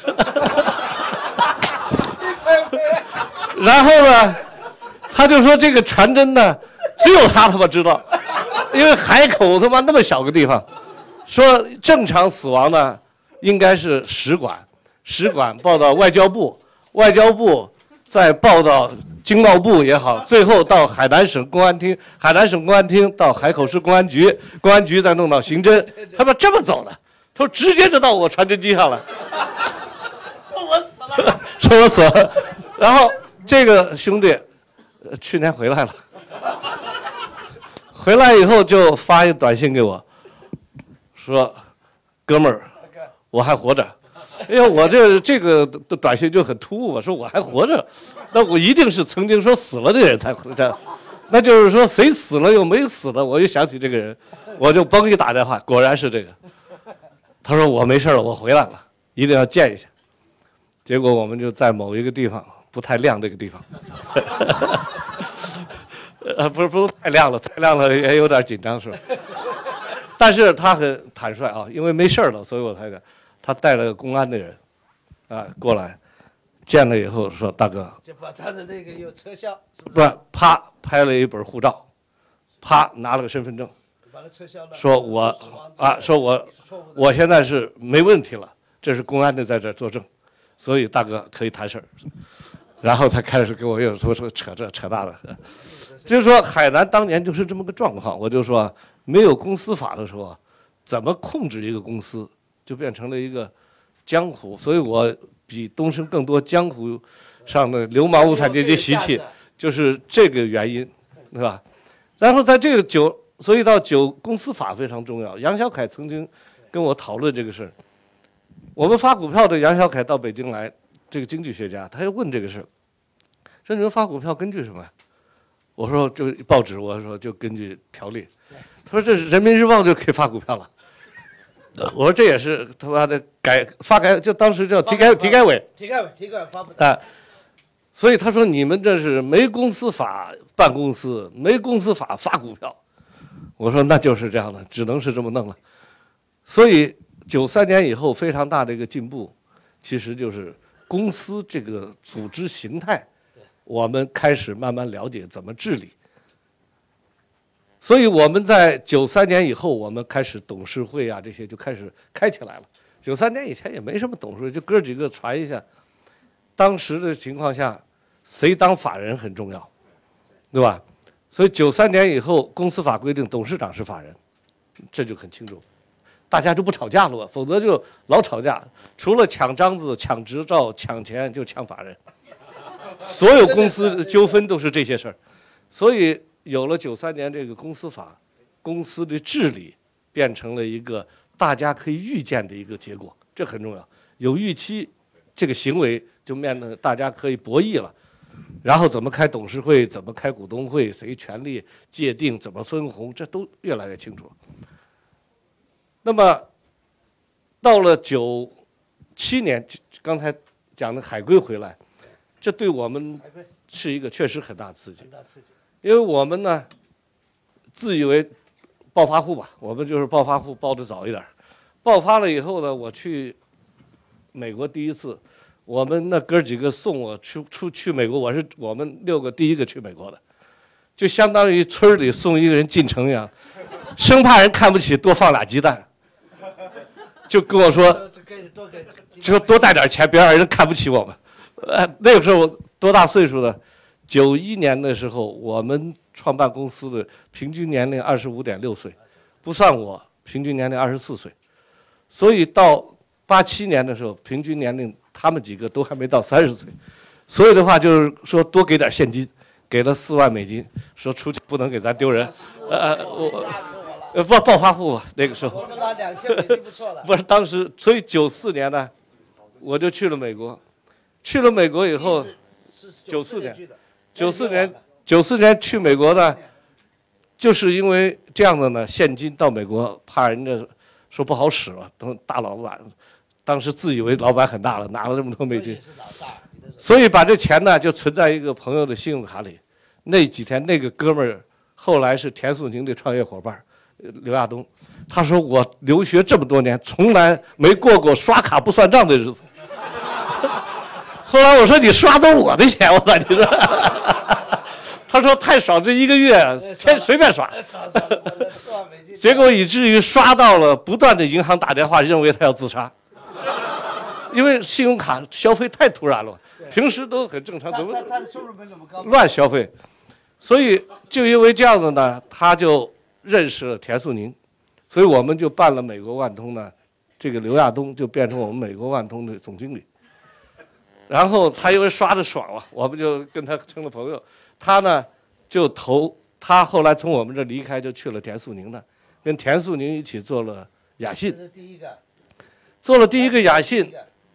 然后呢，他就说这个传真呢，只有他妈知道，因为海口他妈那么小个地方，说正常死亡呢应该是使馆报到外交部，外交部再报到经贸部也好，最后到海南省公安厅，海南省公安厅到海口市公安局，公安局再弄到刑侦，他妈这么走的，他说直接就到我传真机上了， 说我死了， 说我死了，然后。这个兄弟，去年回来了，回来以后就发一短信给我，说：“哥们儿，我还活着。” 哎呀，我这个的短信就很突兀，我说我还活着，那我一定是曾经说死了的人才这样，那就是说谁死了又没死的，我就想起这个人，我就嘣一打电话，果然是这个。他说我没事了，我回来了，一定要见一下。结果我们就在某一个地方，不太亮这个地方，不是太亮了，太亮了也有点紧张是吧？但是他很坦率啊，因为没事了，所以我才讲，他带了个公安的人，啊过来，见了以后说大哥， 就把他的那个有车销，是不是啪拍了一本护照，啪拿了个身份证， 把他撤销了， 说我现在是没问题了，这是公安的在这作证，所以大哥可以谈事儿。然后他开始跟我又说扯这扯那的，就是说海南当年就是这么个状况。我就说没有公司法的时候，怎么控制一个公司，就变成了一个江湖。所以我比东升更多江湖上的流氓无产阶级习气，就是这个原因，对吧？然后在这个所以到公司法非常重要。杨小凯曾经跟我讨论这个事儿。我们发股票的杨小凯到北京来，这个经济学家，他又问这个事儿，说你们发股票根据什么呀？我说就报纸，我说就根据条例。他说这是人民日报就可以发股票了。我说这也是他妈的发改，就当时叫体改委发布啊。所以他说你们这是没公司法办公司，没公司法发股票。我说那就是这样的，只能是这么弄了。所以93年以后非常大的一个进步，其实就是公司这个组织形态，我们开始慢慢了解怎么治理。所以我们在93年以后，我们开始董事会啊这些就开始开起来了。93年以前也没什么董事会，就哥几个传一下。当时的情况下，谁当法人很重要，对吧？所以93年以后，公司法规定董事长是法人，这就很清楚，大家就不吵架了吧？否则就老吵架，除了抢章子、抢执照、抢钱，就抢法人。所有公司纠纷都是这些事儿，所以有了93年这个公司法，公司的治理变成了一个大家可以预见的一个结果，这很重要。有预期，这个行为就面对大家可以博弈了。然后怎么开董事会，怎么开股东会，谁权力界定，怎么分红，这都越来越清楚。那么到了97年，刚才讲的海归回来，这对我们是一个确实很大刺激，因为我们呢自以为暴发户吧，我们就是暴发户暴得早一点。爆发了以后呢，我去美国第一次。我们那哥几个送我去美国，我们6个第一个去美国的，就相当于村里送一个人进城一样，生怕人看不起，多放俩鸡蛋，就跟我说多带点钱，别让人看不起我们。那个时候多大岁数了？91年的时候，我们创办公司的平均年龄25.6岁，不算我，平均年龄24岁，所以到87年的时候，平均年龄他们几个都还没到30岁，所以的话就是说多给点现金，给了4万美金，说出去不能给咱丢人。暴发户那个时候。 我们拿2000美金不错了。 不是当时，所以94年呢，我就去了美国，去了美国以后，94年去美国呢，就是因为这样的呢，现金到美国怕人家说不好使了，等大老板。当时自以为老板很大了，拿了这么多美金，所以把这钱呢就存在一个朋友的信用卡里。那几天那个哥们儿后来是田素宁的创业伙伴刘亚东，他说我留学这么多年从来没过过刷卡不算账的日子。后来我说你刷都我的钱，我感觉说，他说太爽，这1个月随便刷，结果以至于刷到了不断的银行打电话认为他要自杀。因为信用卡消费太突然了，平时都很正常，怎么他的收入没怎么高， 乱消费？所以就因为这样子呢，他就认识了田素宁，所以我们就办了美国万通呢，这个刘亚东就变成我们美国万通的总经理。然后他因为刷的爽了，我们就跟他成了朋友。他呢他后来从我们这离开，就去了田素宁那，跟田素宁一起做了雅信。 这是第一个。 做了第一个雅信，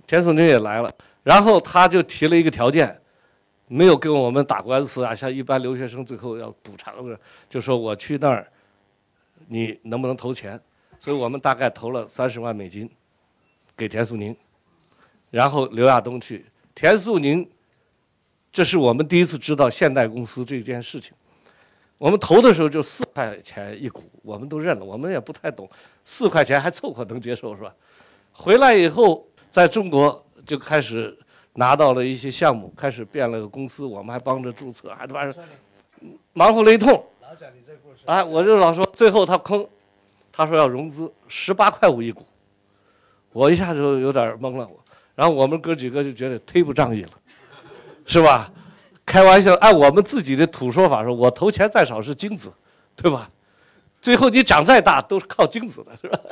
田素宁也来了，然后他就提了一个条件，没有跟我们打官司啊，像一般留学生最后要补偿的，就说我去那儿，你能不能投钱？所以我们大概投了30万美金给田素宁，然后刘亚东去。田素宁，这是我们第一次知道现代公司这件事情。我们投的时候就4块钱一股，我们都认了，我们也不太懂，4块钱还凑合能接受是吧？回来以后，在中国就开始拿到了一些项目，开始变了个公司，我们还帮着注册，还反正忙活了一通。 老讲你这故事。 哎，我就老说，最后他坑，他说要融资18.5块一股，我一下就有点懵了。然后我们哥几个就觉得忒不仗义了，是吧？开玩笑，按我们自己的土说法说，我投钱再少是精子，对吧？最后你长再大都是靠精子的，是吧？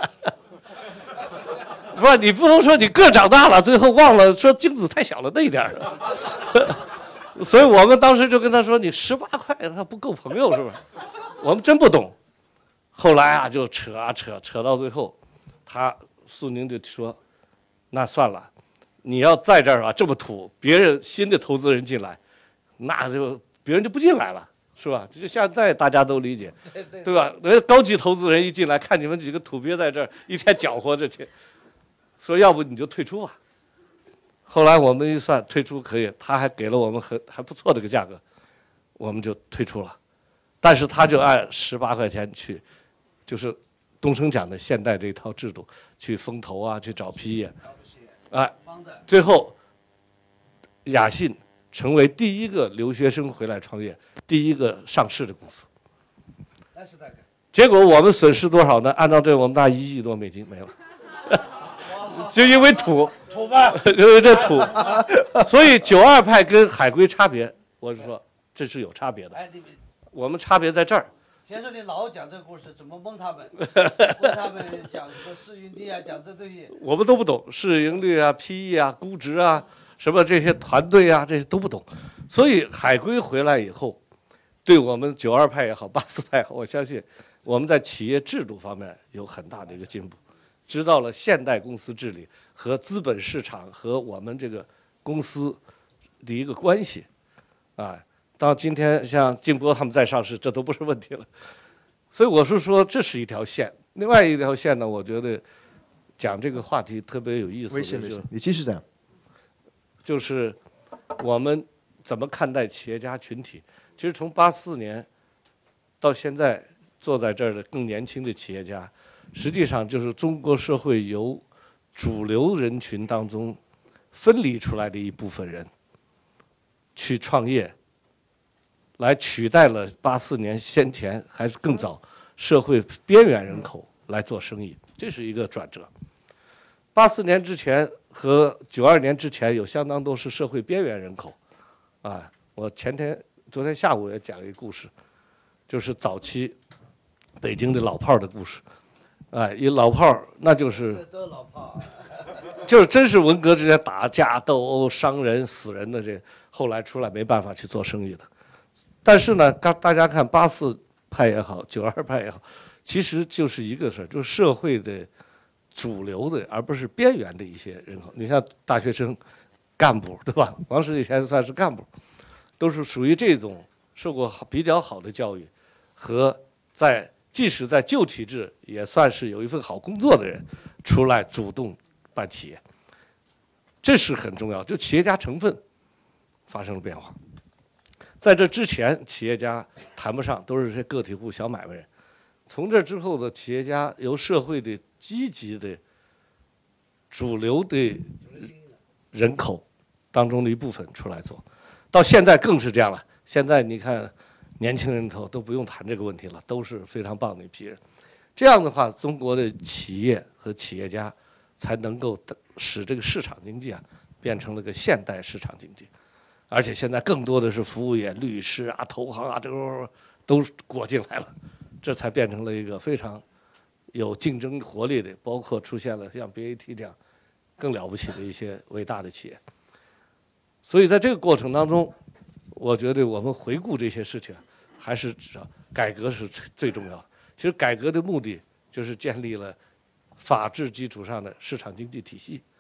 不是，你不能说你个长大了，最后忘了说精子太小了那一点儿。所以我们当时就跟他说，你18块他不够朋友是吧？我们真不懂。后来啊，就扯啊扯，扯到最后，素宁就说，那算了，你要在这儿啊这么土，别人新的投资人进来，那就别人就不进来了，是吧？就现在大家都理解，对吧？人家高级投资人一进来，看你们几个土鳖在这儿一天搅和着去，说要不你就退出吧。后来我们一算退出可以，他还给了我们还不错的个价格，我们就退出了。但是他就按18块钱去，就是东升讲的现代这一套制度去风投啊，去找 PE， 哎，最后雅信成为第一个留学生回来创业、第一个上市的公司。结果我们损失多少呢？按照这我们大1亿多美金没了，就因为土吧，因为这土，所以92派跟海归差别，我是说这是有差别的。我们差别在这儿。 先说你老讲这个故事，怎么蒙他们？蒙他们讲什么市盈率啊，讲这东西。 我们都不懂市盈率啊、PE 啊、估值啊，什么这些团队啊，这些都不懂。所以海归回来以后，对我们92派也好、84派也好，我相信我们在企业制度方面有很大的一个进步，知道了现代公司治理和资本市场和我们这个公司的一个关系，啊。到今天，像静波他们再上市，这都不是问题了。所以我是说，这是一条线。另外一条线呢，我觉得讲这个话题特别有意思。 没事，你继续讲。 就是我们怎么看待企业家群体？其实从84年到现在，坐在这儿的更年轻的企业家，实际上就是中国社会由主流人群当中分离出来的一部分人去创业。来取代了84年先前还是更早社会边缘人口来做生意，这是一个转折。84年之前和92年之前有相当多是社会边缘人口，啊，我昨天下午也讲一个故事，就是早期北京的老炮儿的故事，哎，一老炮儿那就是这都是老炮就是真是文革之间打架斗殴伤人死人的这，后来出来没办法去做生意的。但是呢，大家看84派也好，92派也好，其实就是一个事儿，就是社会的主流的，而不是边缘的一些人口。你像大学生、干部，对吧？王石以前算是干部，都是属于这种受过比较好的教育，和即使在旧体制也算是有一份好工作的人，出来主动办企业，这是很重要。就企业家成分发生了变化。在这之前，企业家谈不上，都是这些个体户、小买卖人。从这之后的企业家，由社会的积极的、主流的人口当中的一部分出来做，到现在更是这样了。现在你看，年轻人头都不用谈这个问题了，都是非常棒的一批人。这样的话，中国的企业和企业家才能够使这个市场经济啊变成了个现代市场经济。而且现在更多的是服务业、律师啊、投行啊，这个都裹进来了，这才变成了一个非常有竞争活力的，包括出现了像 BAT 这样更了不起的一些伟大的企业。所以在这个过程当中，我觉得我们回顾这些事情，还是知道改革是最重要的。其实改革的目的就是建立了法治基础上的市场经济体系，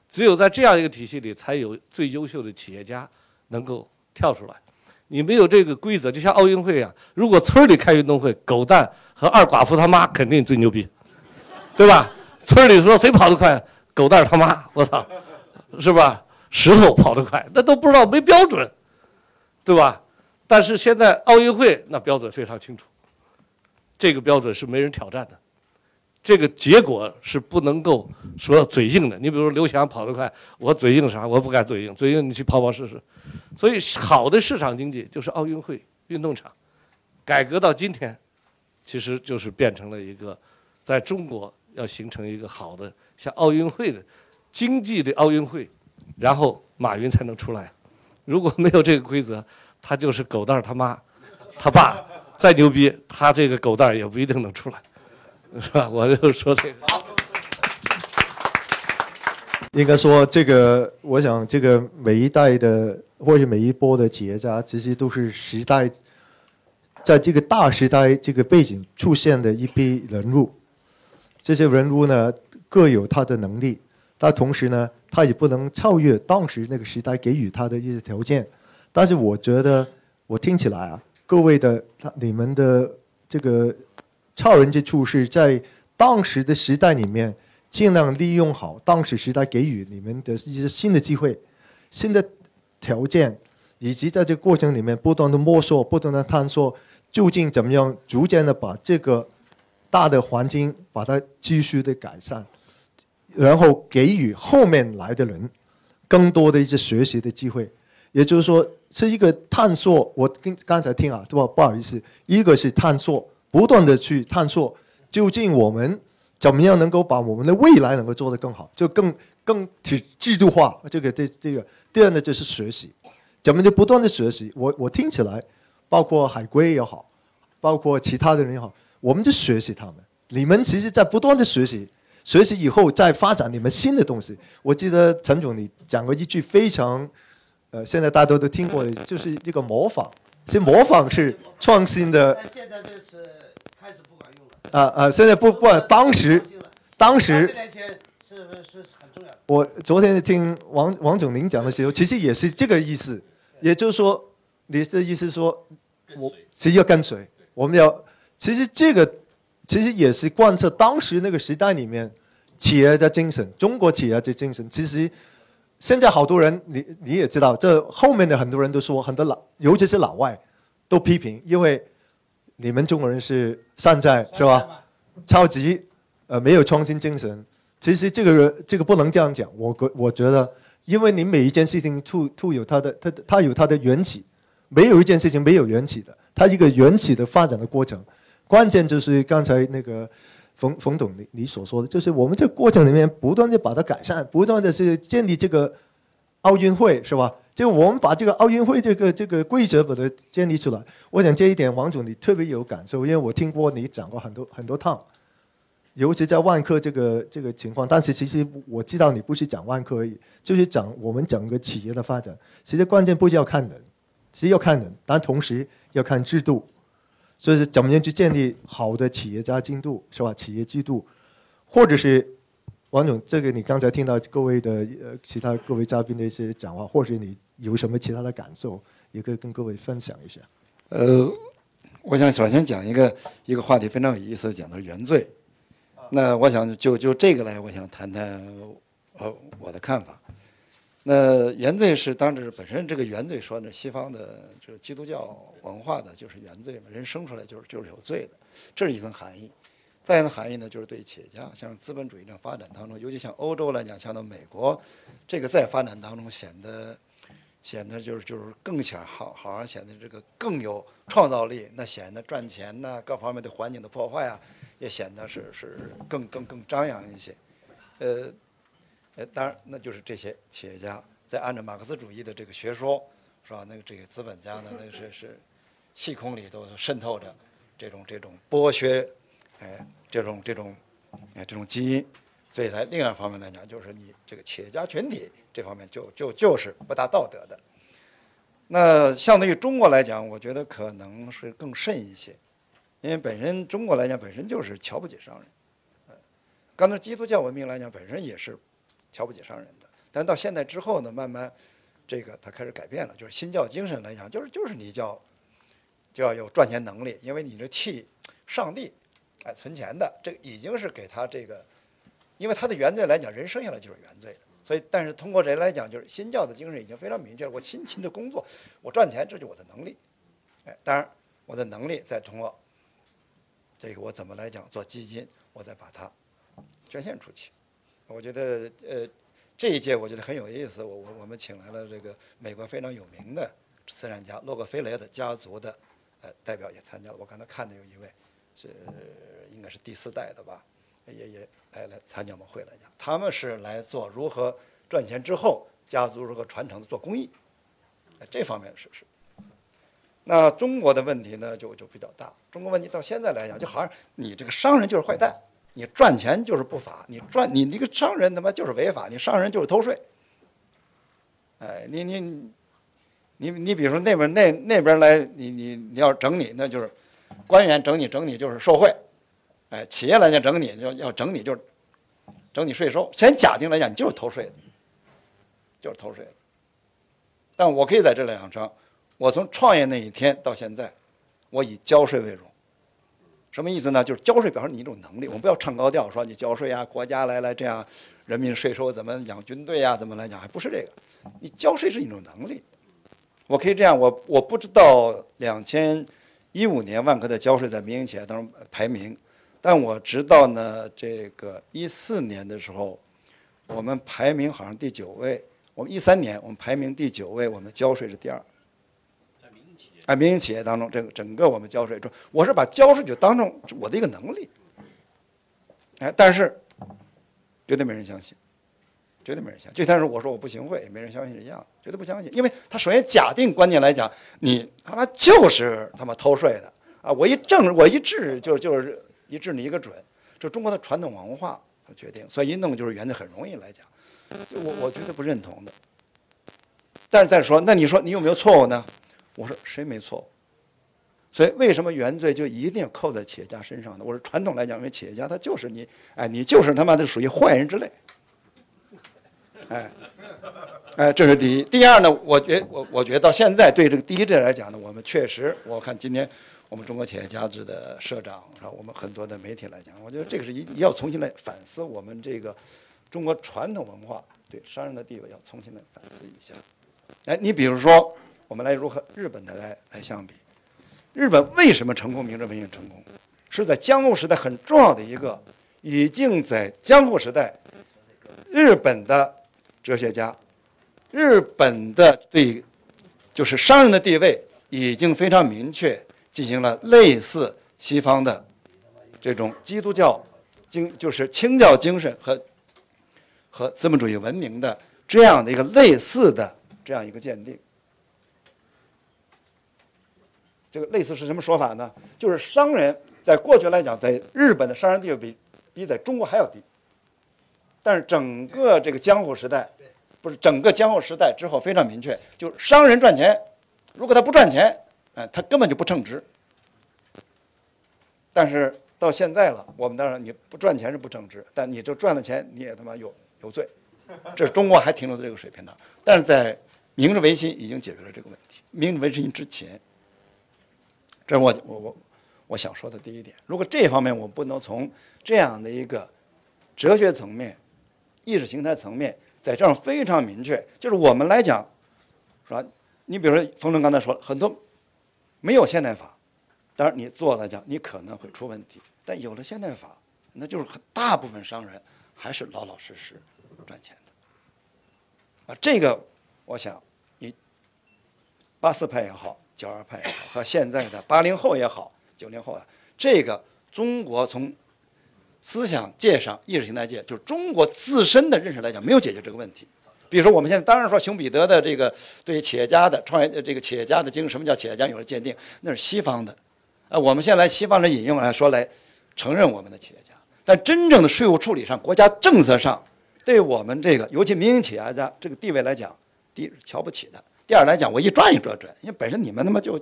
只有在这样一个体系里，才有最优秀的企业家能够跳出来。你没有这个规则，就像奥运会一样，如果村里开运动会，狗蛋和二寡妇他妈肯定最牛逼，对吧？村里说谁跑得快，狗蛋他妈，我操，是吧？石头跑得快，那都不知道，没标准，对吧？但是现在奥运会那标准非常清楚，这个标准是没人挑战的，这个结果是不能够说嘴硬的。你比如说刘翔跑得快，我嘴硬啥？我不敢嘴硬，嘴硬你去跑跑试试。所以好的市场经济就是奥运会运动场，改革到今天，其实就是变成了一个在中国要形成一个好的像奥运会的经济的奥运会，然后马云才能出来。如果没有这个规则，他就是狗蛋他妈，他爸再牛逼，他这个狗蛋也不一定能出来，是吧？我就说这个。 应该说，这个我想，这个每一代的或者每一波的企业家，其实都是时代，在这个大时代这个背景出现的一批人物。这些人物呢，各有他的能力，但同时呢，他也不能超越当时那个时代给予他的一些条件。但是我觉得，我听起来啊，各位的你们的这个超人之处是在当时的时代里面，尽量利用好当时时代给予你们的一些新的机会、新的条件，以及在这个过程里面不断的摸索、不断的探索，究竟怎么样逐渐的把这个大的环境把它继续的改善，然后给予后面来的人更多的一些学习的机会。也就是说，是一个探索。我刚才听啊，不好意思，一个是探索，不断的去探索，究竟我们怎么样能够把我们的未来能够做得更好，就更制度化。这个。第二呢，就是学习，怎么就不断的学习。我听起来，包括海归也好，包括其他的人也好，我们就学习他们。你们其实在不断的学习，学习以后再发展你们新的东西。我记得陈总你讲过一句非常。现在大家都听过的，就是这个模仿。其实模仿是创新的。 但现在这是开始不管用了。 现在不管，当时 30年前是很重要的。 我昨天听王总您讲的时候，其实也是这个意思。也就是说，你的意思是说，我其实要跟随，我们要，其实这个其实也是贯彻当时那个时代里面企业的精神，中国企业的精神，其实。现在好多人，你也知道，这后面的很多人都说，很多尤其是老外，都批评，因为你们中国人是山寨，是吧？超级，没有创新精神。其实这个不能这样讲，我觉得，因为你每一件事情都有它有它的缘起，没有一件事情没有缘起的，它一个缘起的发展的过程，关键就是刚才那个。冯总，你所说的，就是我们这个过程里面不断的把它改善，不断的是建立这个奥运会，是吧？就我们把这个奥运会这个规则把它建立出来。我想这一点，王总你特别有感受，因为我听过你讲过很多趟，尤其在万科这个情况。但是其实我知道你不是讲万科而已，就是讲我们整个企业的发展。其实关键不是要看人，其实要看人，但同时要看制度。所以是怎么样去建立好的企业家制度，是吧？企业制度，或者是王总，这个你刚才听到各位的其他各位嘉宾的一些讲话，或者你有什么其他的感受，也可以跟各位分享一下。 我想首先讲一个话题非常有意思，讲到原罪。那我想就这个来，我想谈谈我的看法。那原罪是当时本身这个原罪说呢，西方的这个基督教文化的就是原罪嘛，人生出来就是有罪的，这是一层含义。再一层含义呢，就是对企业家，像资本主义这样发展当中，尤其像欧洲来讲，像到美国，这个在发展当中显得就是更好像显得这个更有创造力，那显得赚钱呐，各方面对环境的破坏啊，也显得是更张扬一些，当然，那就是这些企业家在按照马克思主义的这个学说，是吧？那个这个资本家呢，那是细孔里都渗透着这种剥削，这种基因。所以在另外一方面来讲，就是你这个企业家群体这方面就是不大道德的。那相对于中国来讲，我觉得可能是更甚一些，因为本身中国来讲本身就是瞧不起商人，刚才基督教文明来讲本身也是瞧不起商人的， 但是到现在之后呢，慢慢这个它开始改变了，就是新教精神来讲，就是你就要有赚钱能力，因为你这替上帝存钱的，这个已经是给他这个，因为他的原罪来讲，人生下来就是原罪的，所以但是通过这来讲，就是新教的精神已经非常明确了，我辛勤的工作，我赚钱，这就是我的能力，当然我的能力再通过这个我怎么来讲做基金，我再把它捐献出去。我觉得这一届我觉得很有意思，我们请来了这个美国非常有名的慈善家洛克菲勒的家族的代表也参加了。我刚才看的有一位是应该是第4代的吧，也来参加我们会来讲，他们是来做如何赚钱之后家族如何传承的做公益，这方面是。那中国的问题呢就比较大，中国问题到现在来讲，就好像你这个商人就是坏蛋，你赚钱就是不法，你这个商人他妈就是违法，你商人就是偷税。你比如说那边来，你要整你，那就是官员整你就是受贿，企业来讲整你要整你就是整你税收，先假定来讲你就是偷税的，就是偷税的。但我可以在这里讲称，我从创业那一天到现在，我以交税为荣。什么意思呢？就是交税表示你一种能力，我们不要唱高调说你交税啊，国家来这样，人民税收怎么养军队啊，怎么来讲，还不是这个，你交税是一种能力。我可以这样，我不知道2015年万科的交税在民营企业当中排名，但我知道呢，这个14年的时候，我们排名好像第9位，我们13年我们排名第9位，我们交税是第2。民营企业当中，这个整个我们交税，我是把交税就当成我的一个能力，但是绝对没人相信，绝对没人相信。就像是我说我不行贿，也没人相信是一样的，绝对不相信。因为他首先假定观念来讲，你他妈就是他妈偷税的啊！我一治就是一治你一个准，这中国的传统文化决定，所以一弄就是原则很容易来讲，我绝对不认同的。但是再说，那你说你有没有错误呢？我说谁没错误？所以为什么原罪就一定要扣在企业家身上呢？我说传统来讲，因为企业家他就是你，你就是他妈的属于坏人之类，这是第一。第二呢，我觉得到现在对这个第一届来讲呢，我们确实，我看今天我们中国企业家制的社长，我们很多的媒体来讲，我觉得这个是要重新来反思我们这个中国传统文化对商人的地位要重新来反思一下。你比如说。我们来如何日本的来相比，日本为什么成功？明治维新成功，是在江户时代很重要的一个，已经在江户时代，日本的哲学家，日本的对，就是商人的地位已经非常明确，进行了类似西方的这种基督教就是清教精神和资本主义文明的这样的一个类似的这样一个鉴定。这个类似是什么说法呢？就是商人在过去来讲，在日本的商人地位比在中国还要低。但是整个这个江户时代，不是整个江户时代之后非常明确，就是商人赚钱，如果他不赚钱，他根本就不称职。但是到现在了，我们当然你不赚钱是不称职，但你就赚了钱，你也他妈有罪。这是中国还停留在这个水平上，但是在明治维新已经解决了这个问题。明治维新之前。这是我想说的第一点。如果这方面我不能从这样的一个哲学层面、意识形态层面，在这样非常明确，就是我们来讲，是吧？你比如说冯仑刚才说了很多没有现代法，当然你做来讲你可能会出问题，但有了现代法，那就是大部分商人还是老老实实赚钱的。这个我想你84派也好。92派也好，和现在的80后也好，90后啊，这个中国从思想界上、意识形态界，就是中国自身的认识来讲，没有解决这个问题。比如说，我们现在当然说熊彼得的这个对于企业家的创业，这个企业家的精神，什么叫企业家有了鉴定，那是西方的，我们现在西方人引用来说来承认我们的企业家，但真正的税务处理上、国家政策上，对我们这个尤其民营企业家这个地位来讲，第一是瞧不起的。第二来讲，我一抓一抓准，因为本身你们他妈就是，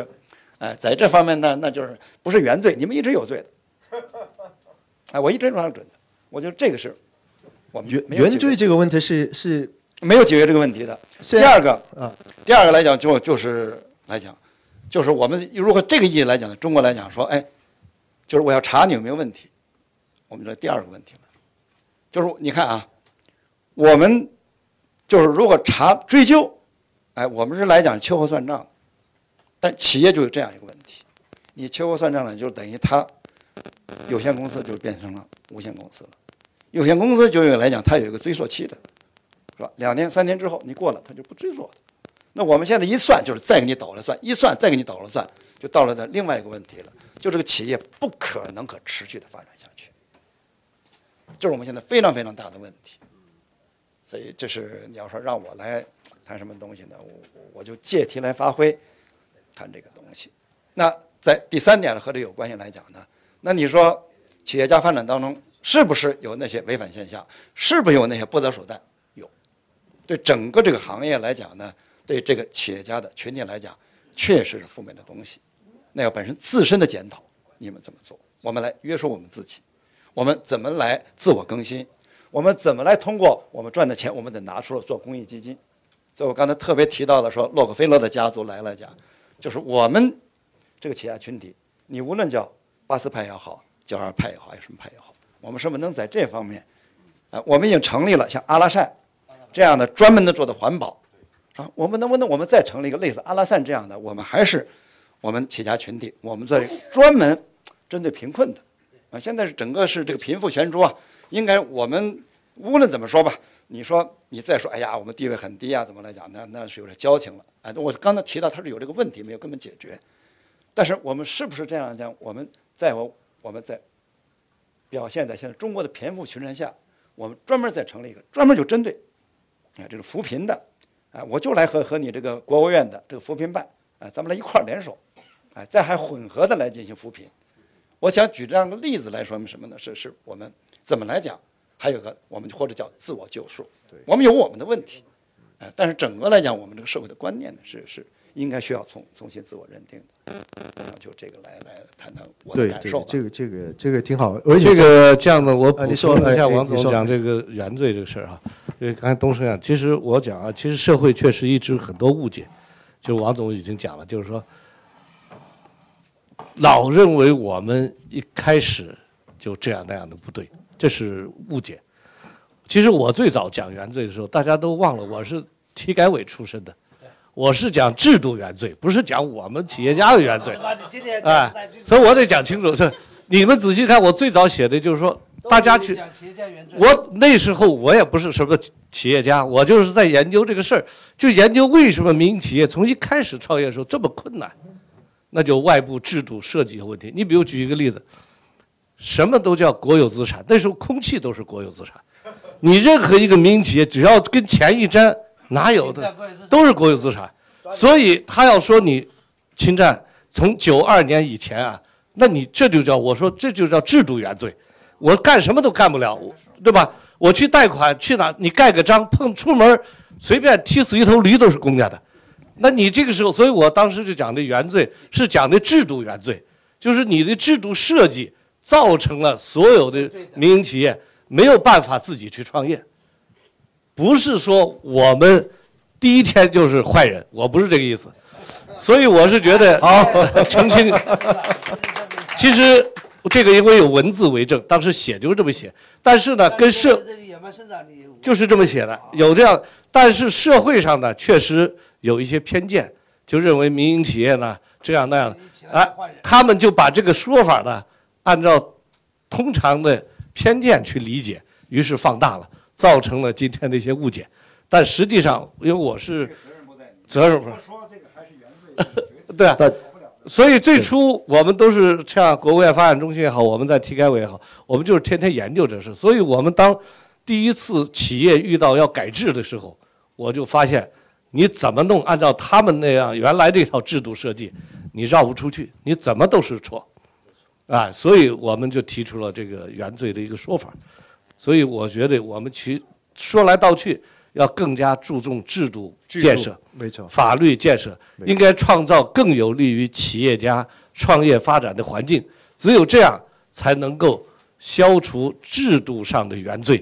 在这方面呢，那就是不是原罪，你们一直有罪的，我一直抓准的。我觉得这个是我们没有原罪这个问题是没有解决这个问题的。第二个来讲就是我们如果这个意义来讲，中国来讲说，哎，就是我要查你有没有问题，我们这第二个问题了，就是你看啊，我们就是如果追究，哎，我们是来讲秋后算账，但企业就有这样一个问题，你秋后算账呢，就等于它有限公司就变成了无限公司了，有限公司就有来讲它有一个追溯期的，是吧？2年3年之后你过了，它就不追溯了。那我们现在一算就是再给你倒了算，一算再给你倒了算，就到了另外一个问题了，就这个企业不可能可持续的发展下去，这是我们现在非常非常大的问题。所以这是你要说让我来谈什么东西呢？我就借题来发挥，谈这个东西。那在第3点和这有关系来讲呢，那你说企业家发展当中是不是有那些违反现象？是不是有那些不择手段？有。对整个这个行业来讲呢，对这个企业家的群体来讲，确实是负面的东西。那要本身自身的检讨，你们怎么做？我们来约束我们自己，我们怎么来自我更新？我们怎么来通过我们赚的钱，我们得拿出了做公益基金？所以我刚才特别提到了说，洛克菲勒的家族来讲，就是我们这个企业家群体，你无论叫巴斯派也好，叫二派也好，还是什么派也好，我们是不是能在这方面，我们已经成立了像阿拉善这样的专门的做的环保，我们能不能我们再成立一个类似阿拉善这样的，我们还是我们企业家群体，我们在专门针对贫困的现在是整个是这个贫富悬殊啊，应该我们无论怎么说吧，你说你再说，哎呀，我们地位很低啊，怎么来讲？那是有点交情了。哎，我刚才提到它是有这个问题没有根本解决，但是我们是不是这样讲？我们在表现在现在中国的贫富群人下，我们专门再成立一个专门就针对这个扶贫的，我就来和你这个国务院的这个扶贫办，咱们来一块儿联手，再还混合的来进行扶贫。我想举这样的例子来说明什么呢？是我们怎么来讲？还有个我们或者叫自我救赎，我们有我们的问题，但是整个来讲，我们这个社会的观念呢是应该需要重新自我认定的。就这个来谈谈我的感受吧。 这个挺好，而且这个这样的，我补充一下王总你说讲这个原罪这个事儿啊。因为刚才东升讲，其实我讲啊，其实社会确实一直很多误解，就是王总已经讲了，就是说老认为我们一开始就这样那样的不对，这是误解。其实我最早讲原罪的时候，大家都忘了我是体改委出身的，我是讲制度原罪，不是讲我们企业家的原罪。哎，所以我得讲清楚。是你们仔细看，我最早写的就是说，大家去，我那时候我也不是什么企业家，我就是在研究这个事儿，就研究为什么民营企业从一开始创业的时候这么困难，那就外部制度设计有问题。你比如举一个例子，什么都叫国有资产，那时候空气都是国有资产，你任何一个民营企业只要跟钱一沾，哪有的都是国有资产，所以他要说你侵占，从92年以前啊，那你这就叫我说这就叫制度原罪，我干什么都干不了，对吧？我去贷款去哪，你盖个章，出门随便踢死一头驴都是公家的，那你这个时候，所以我当时就讲的原罪是讲的制度原罪，就是你的制度设计造成了所有的民营企业没有办法自己去创业，不是说我们第一天就是坏人，我不是这个意思。所以我是觉得好澄清。其实这个因为有文字为证，当时写就是这么写，但是呢，跟就是这么写的，有这样，但是社会上呢，确实有一些偏见，就认为民营企业呢这样那样的，他们就把这个说法呢按照通常的偏见去理解，于是放大了，造成了今天的一些误解。但实际上，因为我是责任不是，对啊，所以最初我们都是像国务院发展中心也好，我们在体改委也好，我们就是天天研究这事。所以我们当第一次企业遇到要改制的时候，我就发现你怎么弄，按照他们那样原来这套制度设计，你绕不出去，你怎么都是错，啊，所以我们就提出了这个原罪的一个说法。所以我觉得我们说来道去，要更加注重制度建设， 没错， 法律建设，应该创造更有利于企业家创业发展的环境。只有这样，才能够消除制度上的原罪，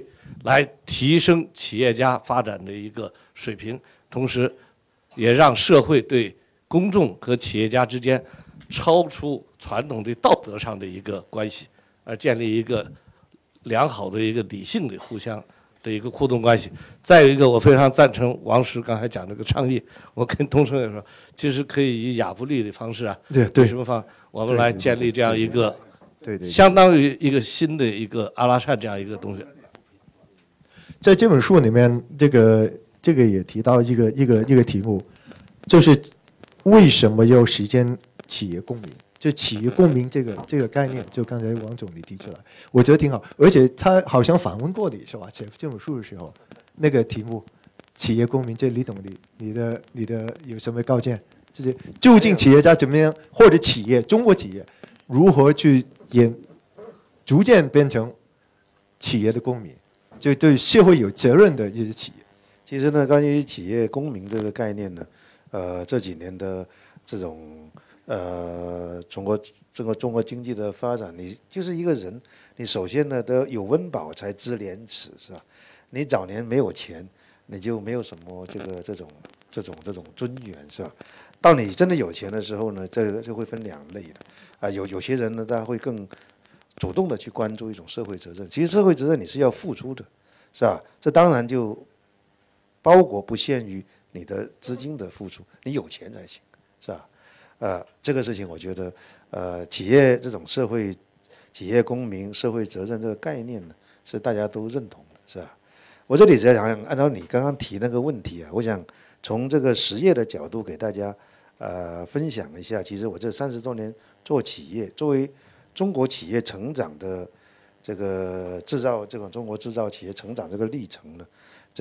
来提升企业家发展的一个水平，同时也让社会对公众和企业家之间超出传统的道德上的一个关系，而建立一个良好的一个理性的互相的一个互动关系。再有一个，我非常赞成王石刚才讲这个倡议，我跟东升也说，其实可以以亚布力的方式啊， 对什么方，我们来建立这样一个， 对， 相当于一个新的一个阿拉善这样一个东西。 在这本书里面，这个也提到一个题目，就是为什么要实践企业公民？就企业公民这个概念，就刚才王总你提出来，我觉得挺好，而且他好像访问过你是吧？写这本书的时候，那个题目企业公民，这李董你的有什么高见？就是究竟企业家怎么样，或者中国企业如何去逐渐变成企业的公民，就对社会有责任的一些企业。 其实呢，关于企业公民这个概念呢，这几年的这种中国经济的发展，你就是一个人，你首先呢都有温饱才知廉耻，是吧？你早年没有钱，你就没有什么这种尊严，是吧？到你真的有钱的时候呢，这个就会分两类的，有些人呢，他会更主动的去关注一种社会责任。其实社会责任你是要付出的，是吧？这当然就包括不限于你的资金的付出，你有钱才行，是吧？这个事情我觉得，企业这种企业公民、社会责任这个概念呢，是大家都认同的，是吧？我这里只想按照你刚刚提那个问题啊，我想从这个实业的角度给大家分享一下。其实我这30多年做企业，作为中国企业成长的这个中国制造企业成长这个历程呢，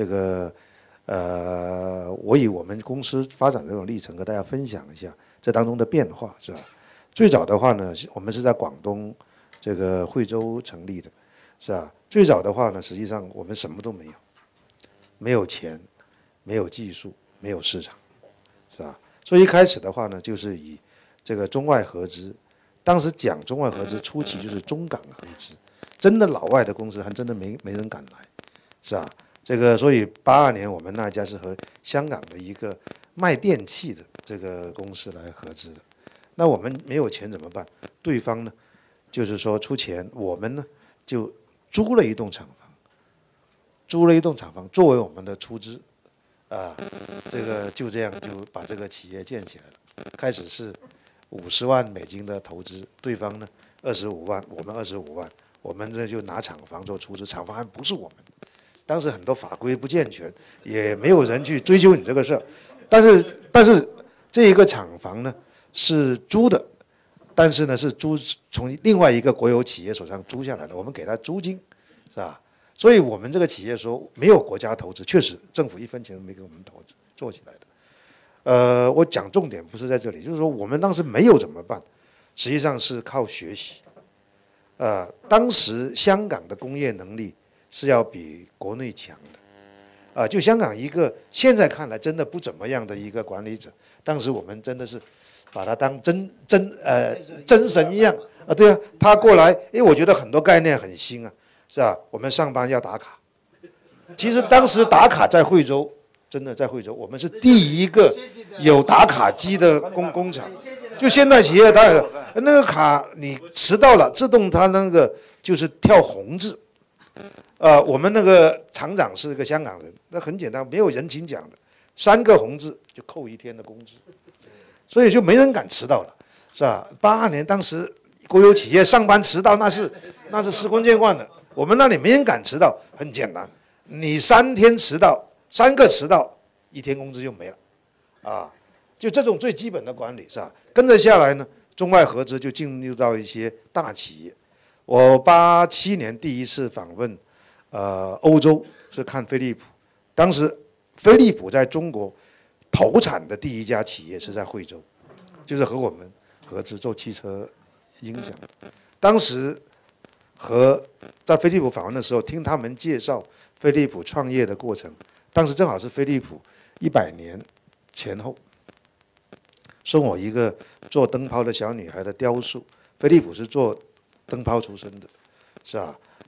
我以我们公司发展的这种历程和大家分享一下这当中的变化，是吧？最早的话呢，我们是在广东这个惠州成立的，是吧？最早的话呢，实际上我们什么都没有，没有钱，没有技术，没有市场，是吧？所以一开始的话呢，就是以这个中外合资，当时讲中外合资初期就是中港合资，真的老外的公司还真的没人敢来，是吧？所以82年我们那家是和香港的一个卖电器的这个公司来合资的。那我们没有钱怎么办？对方呢，就是说出钱，我们呢就租了一栋厂房作为我们的出资，就这样就把这个企业建起来了。开始是50万美金的投资，对方呢25万，我们25万，我们这就拿厂房做出资，厂房还不是我们。当时很多法规不健全，也没有人去追究你这个事儿。但是这一个厂房呢是租的，但是呢是从另外一个国有企业手上租下来的，我们给他租金，是吧？所以我们这个企业说没有国家投资，确实政府1分钱都没给我们投资做起来的。我讲重点不是在这里，就是说我们当时没有怎么办，实际上是靠学习。当时香港的工业能力是要比国内强的，就香港一个现在看来真的不怎么样的一个管理者，当时我们真的是把他当真神一样啊，对啊，他过来，我觉得很多概念很新啊，是吧？我们上班要打卡，其实当时打卡在惠州，真的在惠州，我们是第一个有打卡机的工厂，就现代企业当然那个卡你迟到了，自动它那个就是跳红字。我们那个厂长是个香港人，那很简单，没有人情讲的，3个红字就扣1天的工资，所以就没人敢迟到了，是吧？82年当时国有企业上班迟到那是司空见惯的，我们那里没人敢迟到，很简单，你3天迟到，3个迟到，1天工资就没了，就这种最基本的管理，是吧？跟着下来呢，中外合资就进入到一些大企业。我87年第一次访问欧洲，是看飞利浦，当时飞利浦在中国投产的第一家企业是在惠州，就是和我们合资做汽车音响。当时在飞利浦访问的时候，听他们介绍飞利浦创业的过程，当时正好是飞利浦100年前后，送我一个做灯泡的小女孩的雕塑，飞利浦是做灯泡出身的，是吧？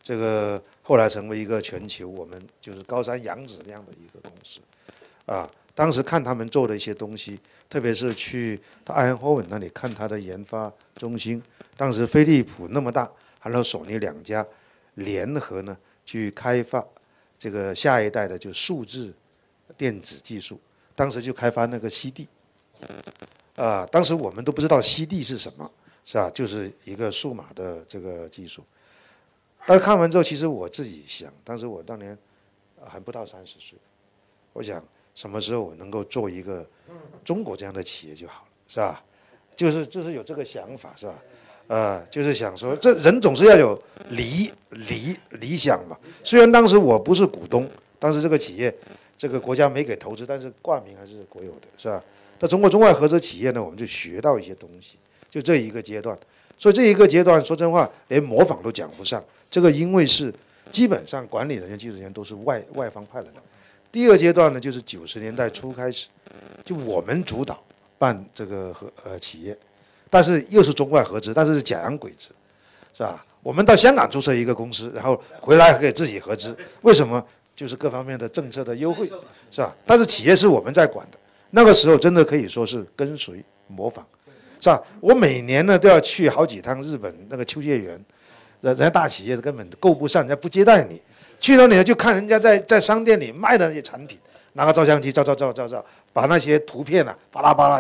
这个后来成为一个全球我们就是高山仰止这样的一个公司，啊，当时看他们做的一些东西，特别是去到艾恩霍文那里看他的研发中心，当时飞利浦那么大，还有索尼两家联合呢去开发这个下一代的就数字电子技术，当时就开发那个 CD，当时我们都不知道 CD 是什么，是吧？就是一个数码的这个技术。但是看完之后，其实我自己想，当时我当年还不到30岁，我想什么时候我能够做一个中国这样的企业就好了，是吧？就是有这个想法，是吧？就是想说，这人总是要有理想嘛。虽然当时我不是股东，当时这个企业这个国家没给投资，但是挂名还是国有的，是吧？在中国中外合资企业呢，我们就学到一些东西，就这一个阶段。所以这一个阶段，说真话，连模仿都讲不上。这个因为是基本上管理人员、技术人员都是外方派来的。第二阶段呢，就是90年代初开始，就我们主导办这个企业，但是又是中外合资，但是是假洋鬼子，是吧？我们到香港注册一个公司，然后回来还可以自己合资，为什么？就是各方面的政策的优惠，是吧？但是企业是我们在管的，那个时候真的可以说是跟随模仿。是吧？我每年呢都要去好几趟日本那个秋叶原，人家大企业根本够不上，人家不接待你。去到你就看人家在商店里卖的那些产品，拿个照相机照，把那些图片啊巴拉巴拉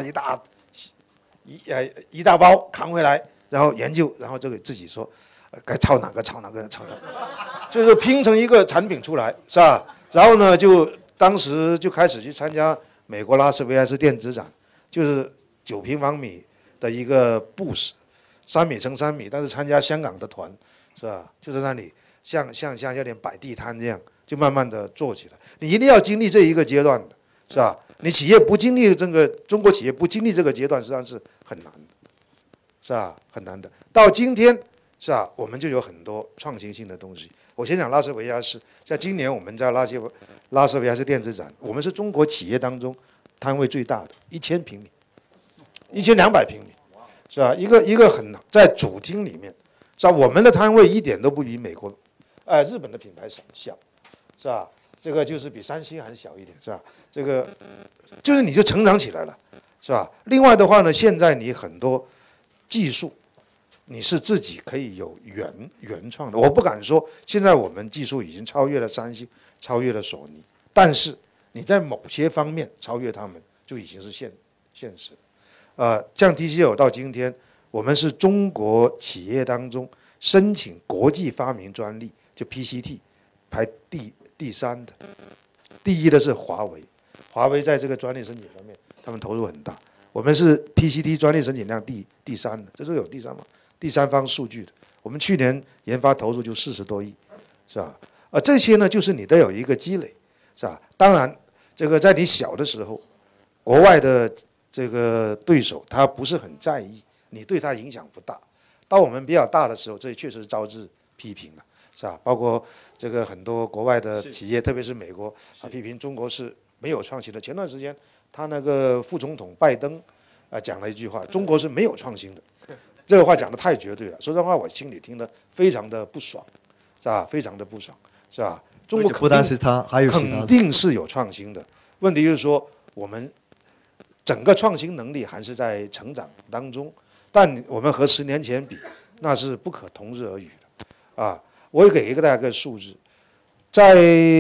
一大包扛回来，然后研究，然后这个自己说，该抄哪个，就是拼成一个产品出来，是吧？然后呢，就当时就开始去参加美国拉斯维加斯电子展，就是9平方米。的一个 booth， 3米乘3米，但是参加香港的团，是吧？就在那里像有点摆地摊这样，就慢慢的做起来。你一定要经历这一个阶段的，是吧？你企业不经历这个，中国企业不经历这个阶段，实际上是很难的，是吧？很难的。到今天，是吧？我们就有很多创新性的东西。我先讲拉斯维加斯，在今年我们在拉斯维加斯电子展，我们是中国企业当中摊位最大的，1000平米。1200平米，是吧？一个很在主厅里面，是吧？我们的摊位一点都不比美国，日本的品牌小，是吧？这个就是比山西还小一点，是吧？这个就是你就成长起来了，是吧？另外的话呢，现在你很多技术，你是自己可以有原创的。我不敢说现在我们技术已经超越了山西，超越了索尼，但是你在某些方面超越他们，就已经是现实。像 TCL 到今天，我们是中国企业当中申请国际发明专利，就 PCT 排第3的，第1的是华为。华为在这个专利申请方面，他们投入很大。我们是 PCT 专利申请量第3的，这是有第三方数据的。我们去年研发投入就40多亿，是吧？这些呢，就是你都有一个积累，是吧？当然，这个在你小的时候，国外的这个对手他不是很在意，你对他影响不大。到我们比较大的时候，这确实招致批评了，是吧？包括这个很多国外的企业，特别是美国批评中国是没有创新的。前段时间，他那个副总统拜登讲了一句话：中国是没有创新的。这个话讲得太绝对了，说实话，我心里听得非常的不爽，是吧？非常的不爽，是吧？中国不单是他，还有肯定是有创新的。问题就是说，我们整个创新能力还是在成长当中，但我们和10年前比，那是不可同日而语的。我也给大家一个数字，在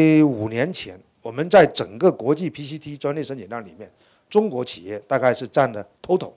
5年前，我们在整个国际 PCT 专利申请量里面，中国企业大概是占了 total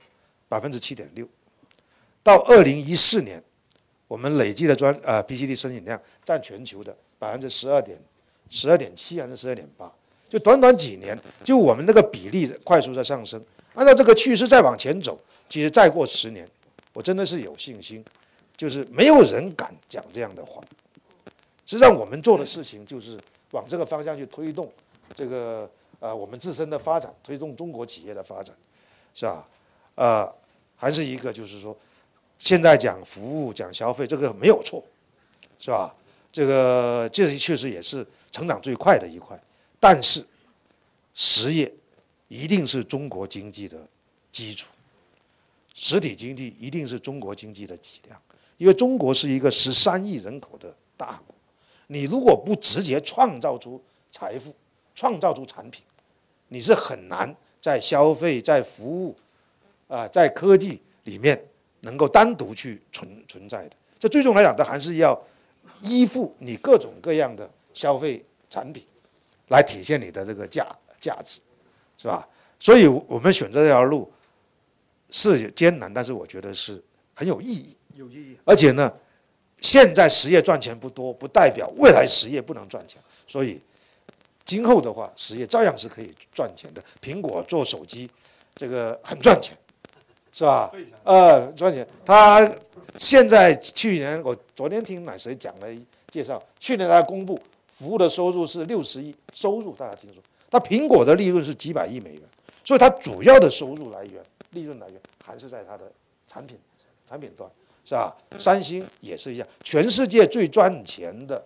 7.6%。到2014年，我们累计的PCT 申请量占全球的12.7%还是12.8%。就短短几年，就我们这个比例快速在上升。按照这个趋势再往前走，其实再过10年，我真的是有信心，就是没有人敢讲这样的话。实际上，我们做的事情就是往这个方向去推动这个我们自身的发展，推动中国企业的发展，是吧？还是一个就是说，现在讲服务、讲消费，这个没有错，是吧？这确实也是成长最快的一块。但是，实业一定是中国经济的基础，实体经济一定是中国经济的脊梁，因为中国是一个13亿人口的大国， 你如果不直接创造出财富、创造出产品，你是很难在消费、在服务在科技里面能够单独去存在的。这最终来讲，它还是要依附你各种各样的消费产品，来体现你的这个价值，是吧？所以我们选择这条路是艰难，但是我觉得是很有意义。而且呢，现在实业赚钱不多，不代表未来实业不能赚钱。所以今后的话，实业照样是可以赚钱的。苹果做手机，这个很赚钱，是吧？赚钱。他现在去年我昨天听谁讲了介绍，去年他公布服务的收入是60亿，收入大家听说，他苹果的利润是几百亿美元，所以它主要的收入来源、利润来源还是在它的产品端，是吧？三星也是一样，全世界最赚钱的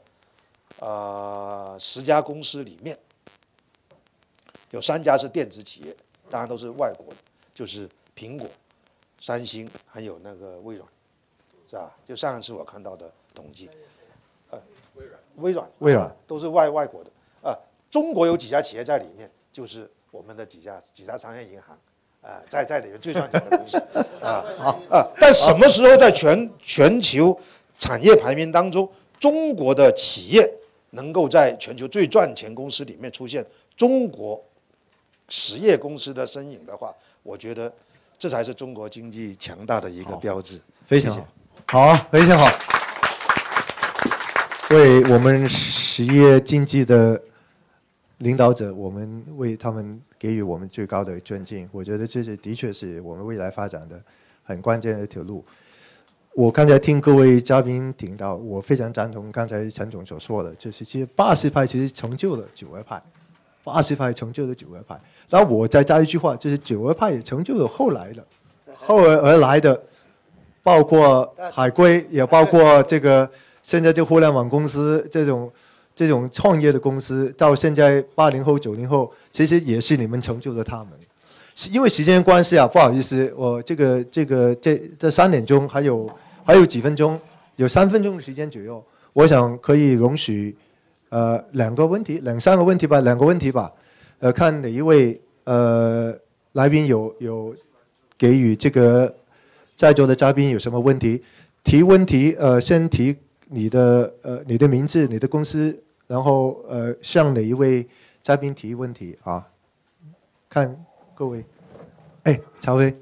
10家公司里面，有3家是电子企业，当然都是外国的，就是苹果、三星还有那个微软，是吧？就上一次我看到的统计，微软都是外国的，中国有几家企业在里面，就是我们的几家商业银行。在里面最赚钱的公司但什么时候在全球产业排名当中，中国的企业能够在全球最赚钱公司里面出现中国实业公司的身影的话，我觉得这才是中国经济强大的一个标志。 非常好，非常好，为我们实业经济的领导者，我们为他们给予我们最高的尊敬。我觉得这的确是我们未来发展的很关键的一条路。我刚才听各位嘉宾听到，我非常赞同刚才陈总所说的，就是其实80派其实成就了92派，80派成就了92派。然后我再加一句话，就是92派也成就了后而来的，包括海归，也包括这个现在这互联网公司这种创业的公司，到现在80后、90后，其实也是你们成就了他们。因为时间关系啊，不好意思，我这3点钟还有几分钟，有3分钟的时间左右，我想可以容许2个问题吧，看哪一位来宾有给予这个在座的嘉宾有什么问题，提问题先提你的名字、你的公司，然后向哪一位嘉宾提问题啊？看各位，曹飞，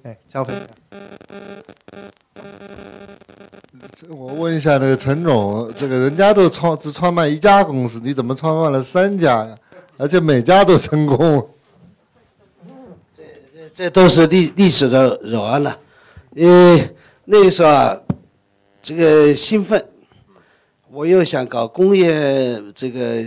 我问一下那个陈总，这个人家都只创办1家公司，你怎么创办了3家呀？而且每家都成功。 这都是历史的扰案了，因为那个时候啊，这个兴奋。我又想搞工业，这个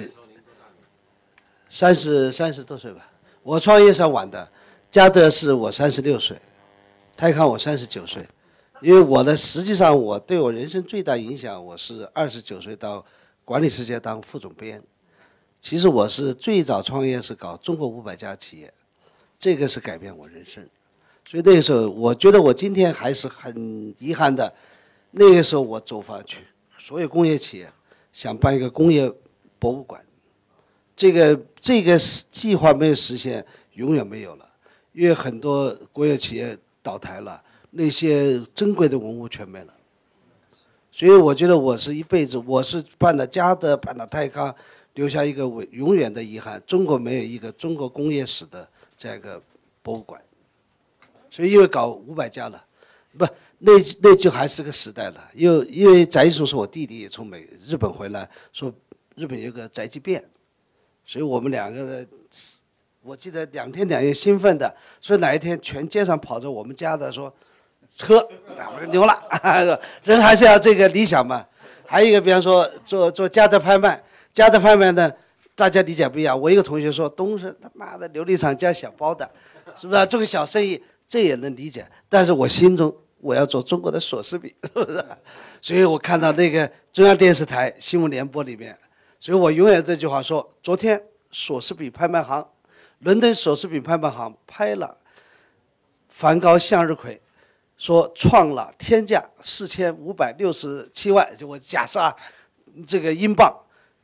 30多岁吧。我创业上晚的，嘉德是我36岁，泰康我39岁。因为实际上我对我人生最大影响，我是29岁到管理世界当副总编。其实我是最早创业是搞中国500家企业，这个是改变我人生。所以那个时候，我觉得我今天还是很遗憾的，那个时候我走访去。所有工业企业想办一个工业博物馆，这个计划没有实现，永远没有了，因为很多工业企业倒台了，那些珍贵的文物全没了。所以我觉得我是一辈子，我是办了嘉德，办了泰康，留下一个永远的遗憾，中国没有一个中国工业史的这样一个博物馆。所以因为搞500家了，那就还是个时代了，因为翟一松是我弟弟从日本回来，说日本有个宅急便，所以我们2个的，我记得2天2夜兴奋的，所以哪一天全街上跑着我们家的说，车，我说牛了，人还是要这个理想嘛。还有一个，比方说做嘉德拍卖，嘉德拍卖呢，大家理解不一样。我一个同学说，东升他妈的琉璃厂加小包的，是不是做个小生意，这也能理解。但是我心中。我要做中国的索斯比，是不是？所以我看到那个中央电视台新闻联播里面，所以我永远这句话说：昨天索斯比拍卖行，伦敦索斯比拍卖行拍了梵高向日葵，说创了天价4567万，就我假设啊，这个英镑，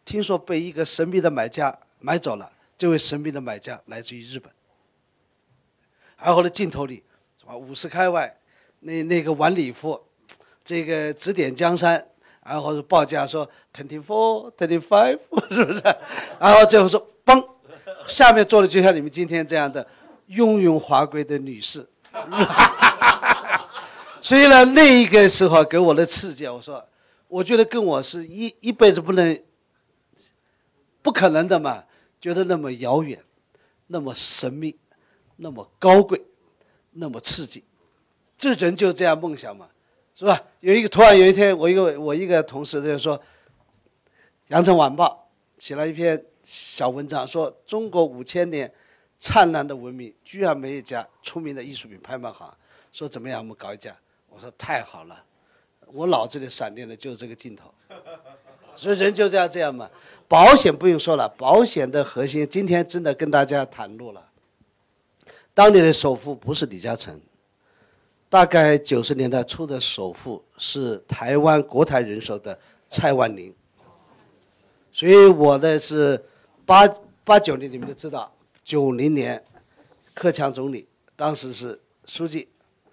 听说被一个神秘的买家买走了。这位神秘的买家来自于日本。然后呢，镜头里是吧，50开外，那个晚礼服，这个指点江山，然后是报价说 24、25，是不是？然后最后说嘣，下面坐的就像你们今天这样的雍容华贵的女士。所以呢，那一个时候给我的刺激，我觉得跟我是一辈子不可能的嘛，觉得那么遥远，那么神秘，那么高贵，那么刺激，这人就这样梦想嘛，是吧？突然有一天，我一个同事就说，《羊城晚报》写了一篇小文章，说中国5000年灿烂的文明，居然没有一家出名的艺术品拍卖行，说怎么样，我们搞一家。我说太好了，我脑子里闪电的就是这个镜头。所以人就这样嘛。保险不用说了，保险的核心今天真的跟大家袒露了。当年的首富不是李嘉诚，大概90年代初的首富是台湾国台人寿的蔡万宁。所以我呢是89年，你们都知道，90年克强总理当时是书记，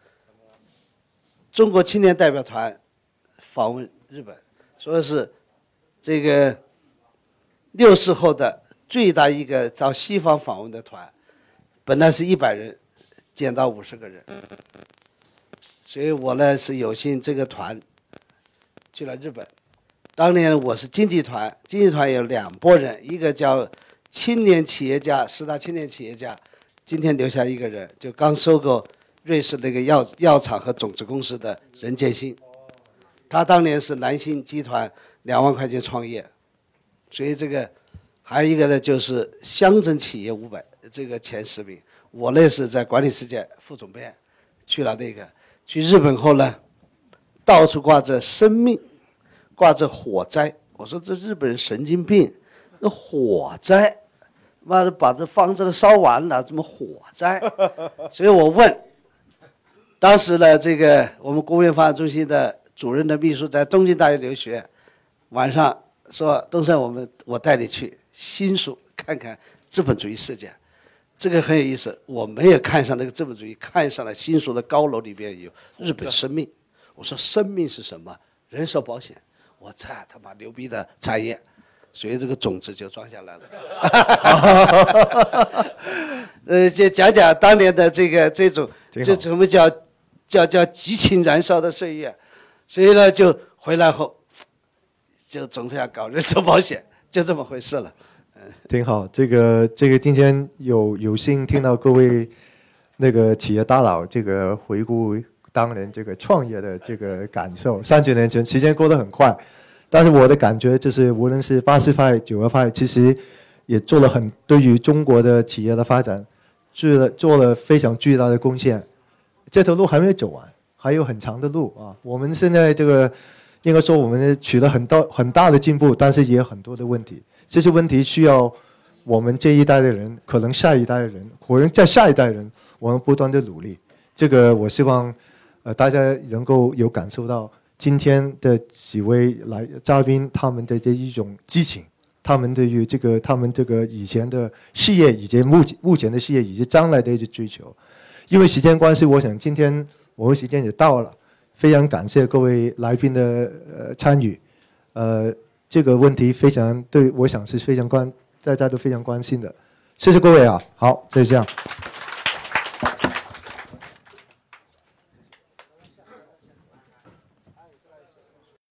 中国青年代表团访问日本，说是这个60后的最大一个到西方访问的团，本来是100人，减到50个人。所以我呢是有幸这个团去了日本。当年我是经济团，经济团有2拨人，一个叫青年企业家，10大青年企业家，今天留下一个人，就刚收购瑞士那个药厂和种子公司的任建新，他当年是南星集团2万块钱创业，所以这个还有一个呢就是乡镇企业500这个前10名，我呢是在管理世界副总编，去了那个，去日本后呢，到处挂着生命，挂着火灾，我说这日本人神经病，那火灾，妈的把这房子都烧完了，怎么火灾？所以我问。当时呢，这个我们国务院发展中心的主任的秘书在东京大学留学，晚上说东升，我带你去新宿看看资本主义世界，这个很有意思。我没有看上那个资本主义，看上了新宿的高楼里边有日本生命。我说生命是什么？人寿保险。我操他妈牛逼的产业，所以这个种子就装下来了。就讲讲当年的这种什么叫激情燃烧的岁月，所以呢就回来后就总是要搞人寿保险，就这么回事了。 挺好，这个今天有幸听到各位那个企业大佬这个回顾当年这个创业的这个感受。30年前时间过得很快，但是我的感觉就是，无论是80派、92派，其实也做了对于中国的企业的发展做了非常巨大的贡献。这条路还没有走完，还有很长的路啊！我们现在这个应该说我们取得很大的进步，但是也有很多的问题。这些问题需要我们这一代的人，可能下一代的人，可能在下一代人，我们不断的努力。这个我希望大家能够有感受到今天的几位嘉宾他们的这一种激情，他们对于他们这个以前的事业，以及目前的事业，以及将来的一些追求。因为时间关系，我想今天我们时间也到了，非常感谢各位来宾的参与。这个问题非常我想是非常大家都非常关心的。谢谢各位啊，好，就是这样。